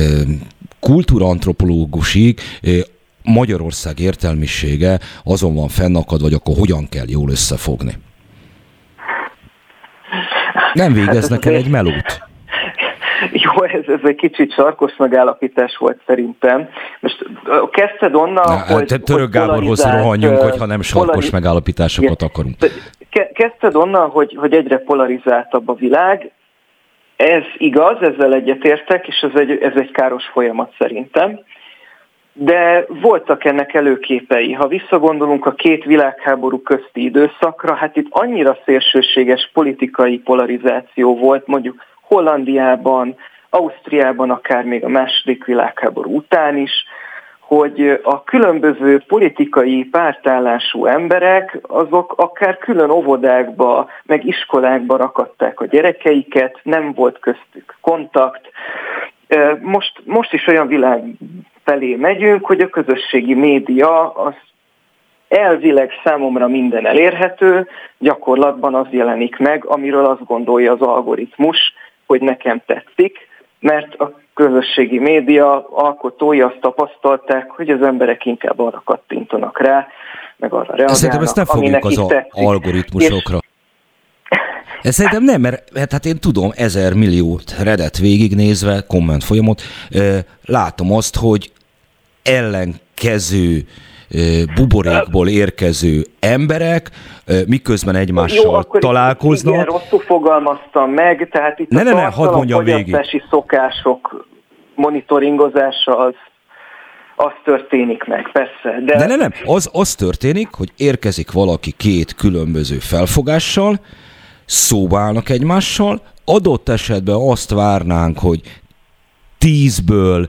kultúraantropológusig Magyarország értelmisége azon van fennakadva, vagy akkor hogyan kell jól összefogni. Nem végeznek el egy melót. Jó, ez egy kicsit sarkos megállapítás volt szerintem. Most kezdted onnan, hogy... Török Gáborhoz rohanjunk, hogyha nem sarkos megállapításokat akarunk. Kezdted onnan, hogy egyre polarizáltabb a világ. Ez igaz, ezzel egyetértek, és ez egy káros folyamat szerintem. De voltak ennek előképei. Ha visszagondolunk a két világháború közti időszakra, hát itt annyira szélsőséges politikai polarizáció volt, mondjuk Hollandiában, Ausztriában, akár még a második világháború után is, hogy a különböző politikai pártállású emberek, azok akár külön óvodákba, meg iskolákba rakadták a gyerekeiket, nem volt köztük kontakt. Most is olyan világ felé megyünk, hogy a közösségi média az elvileg számomra minden elérhető, gyakorlatban az jelenik meg, amiről azt gondolja az algoritmus, hogy nekem tetszik, mert a közösségi média alkotói azt tapasztalták, hogy az emberek inkább arra kattintanak rá, meg arra reagálnak, szerintem ezt nem fogjuk az algoritmusokra. Ez szerintem nem, mert hát én tudom 1000 millió Reddit végignézve, komment folyamot, látom azt, hogy ellenkező buborékból érkező emberek, miközben egymással találkoznak. Igen, rosszul fogalmaztam meg, tehát itt a fogyasztási szokások monitoringozása az történik meg, persze. De nem, az történik, hogy érkezik valaki két különböző felfogással, szóba állnak egymással, adott esetben azt várnánk, hogy 10-ből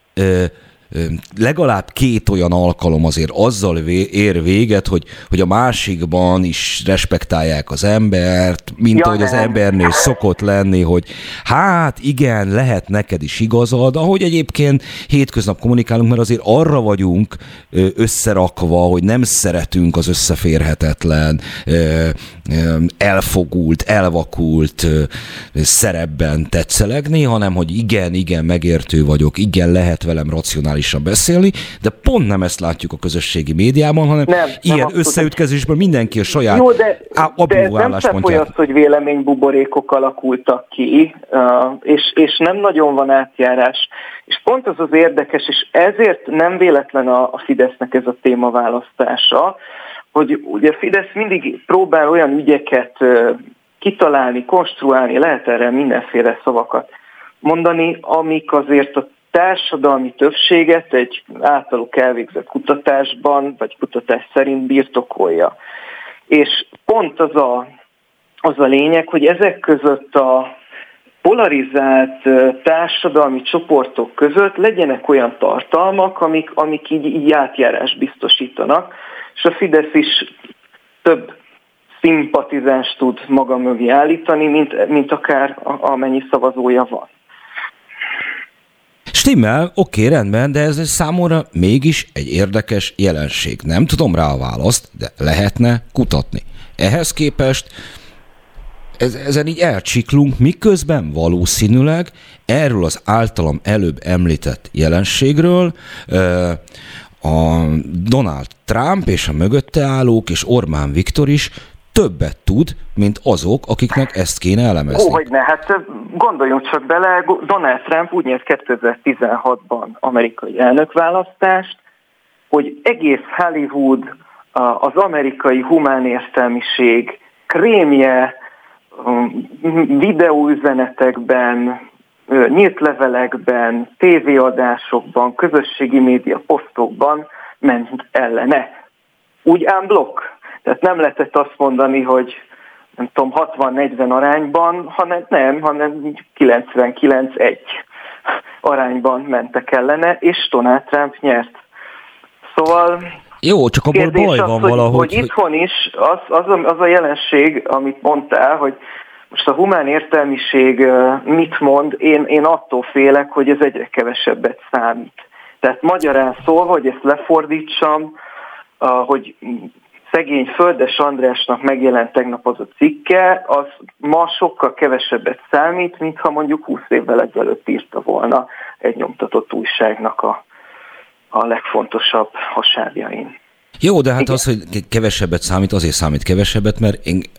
legalább 2 olyan alkalom azért azzal ér véget, hogy a másikban is respektálják az embert, mint ahogy az embernél szokott lenni, hogy hát igen, lehet neked is igazad, ahogy egyébként hétköznap kommunikálunk, mert azért arra vagyunk összerakva, hogy nem szeretünk az összeférhetetlen, elfogult, elvakult szerepben tetszelegni, hanem hogy igen, megértő vagyok, igen, lehet velem racionálisan beszélni, de pont nem ezt látjuk a közösségi médiában, hanem ilyen összeütközésből mindenki a saját abjó álláspontját. De ez hogy véleménybuborékok alakultak ki, és nem nagyon van átjárás. És pont az érdekes, és ezért nem véletlen a Fidesznek ez a témaválasztása, hogy ugye a Fidesz mindig próbál olyan ügyeket kitalálni, konstruálni, lehet erre mindenféle szavakat mondani, amik azért a társadalmi többséget egy általuk elvégzett kutatásban, vagy kutatás szerint birtokolja. És pont az a lényeg, hogy ezek között a polarizált társadalmi csoportok között legyenek olyan tartalmak, amik így átjárást biztosítanak, és a Fidesz is több szimpatizást tud maga mögé állítani, mint akár amennyi szavazója van. Stimmel, oké, rendben, de ez számomra mégis egy érdekes jelenség. Nem tudom rá a választ, de lehetne kutatni. Ehhez képest ezen így elcsiklunk, miközben valószínűleg erről az általam előbb említett jelenségről a Donald Trump és a mögötte állók és Orbán Viktor is többet tud, mint azok, akiknek ezt kéne elemezni. Hogyne, hát gondoljunk csak bele, Donald Trump úgy nyert 2016-ban amerikai elnökválasztást, hogy egész Hollywood, az amerikai humán értelmiség krémje videóüzenetekben, nyílt levelekben, tévéadásokban, közösségi média posztokban ment ellene. Úgy en bloc. Tehát nem lehetett azt mondani, hogy nem tudom, 60-40 arányban, hanem 99-1 arányban mentek ellene, és Donald Trump nyert. Szóval jó, csak abból baj van valahogy. Hogy itthon is az a jelenség, amit mondtál, hogy most a humán értelmiség mit mond, én attól félek, hogy ez egyre kevesebbet számít. Tehát magyarán szólva, hogy ezt lefordítsam, hogy szegény Földes Andrásnak megjelent tegnap az a cikke, az ma sokkal kevesebbet számít, mintha mondjuk 20 évvel ezelőtt írta volna egy nyomtatott újságnak a legfontosabb hasábjain. Jó, de hát igen. Az, hogy kevesebbet számít, azért számít kevesebbet, mert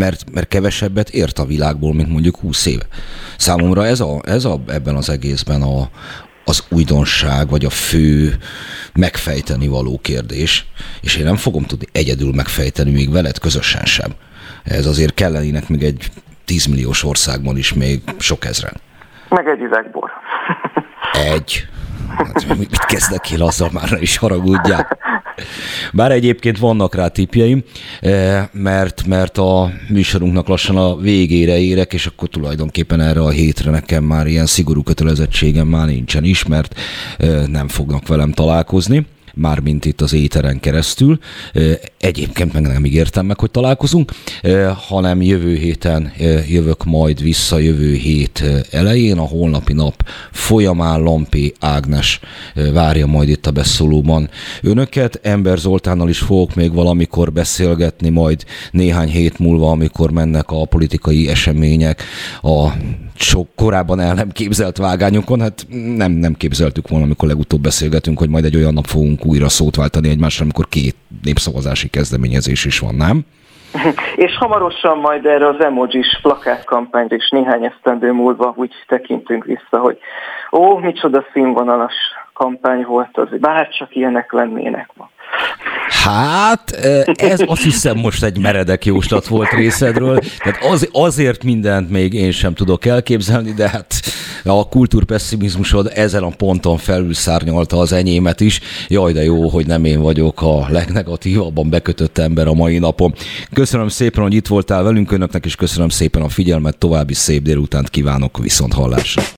mert kevesebbet ért a világból, mint mondjuk 20 éve. Számomra ez ebben az egészben az újdonság, vagy a fő megfejteni való kérdés, és én nem fogom tudni egyedül megfejteni, még veled közösen sem. Ez azért kellenének még egy 10 milliós országban is még sok ezren. Meg egy üvegbor. Egy. Hát, mit kezdek én azzal, már ne is haragudjál. Bár egyébként vannak rá tippjeim, mert a műsorunknak lassan a végére érek, és akkor tulajdonképpen erre a hétre nekem már ilyen szigorú kötelezettségem már nincsen is, mert nem fognak velem találkozni, mármint itt az éteren keresztül. Egyébként meg nem ígértem meg, hogy találkozunk, hanem jövő héten jövök majd vissza, jövő hét elején, a holnapi nap folyamán Lampé Ágnes várja majd itt a beszólóban önöket. Ember Zoltánnal is fogok még valamikor beszélgetni, majd néhány hét múlva, amikor mennek a politikai események a sok korábban el nem képzelt vágányokon. Hát nem képzeltük volna, amikor legutóbb beszélgetünk, hogy majd egy olyan nap fogunk újra szót váltani egymásra, amikor 2 népszavazási kezdeményezés is van, nem? És hamarosan majd erre az emojis plakátkampányra is néhány esztendő múlva úgy tekintünk vissza, hogy micsoda színvonalas kampány volt az, bárcsak ilyenek lennének ma. Hát, ez azt hiszem most egy meredek jóslat volt részedről, tehát azért mindent még én sem tudok elképzelni, de hát a kultúrpesszimizmusod ezen a ponton felülszárnyalta az enyémet is. Jaj, de jó, hogy nem én vagyok a legnegatívabban bekötött ember a mai napon. Köszönöm szépen, hogy itt voltál velünk, önöknek is köszönöm szépen a figyelmet, további szép délutánt kívánok, viszont hallásra.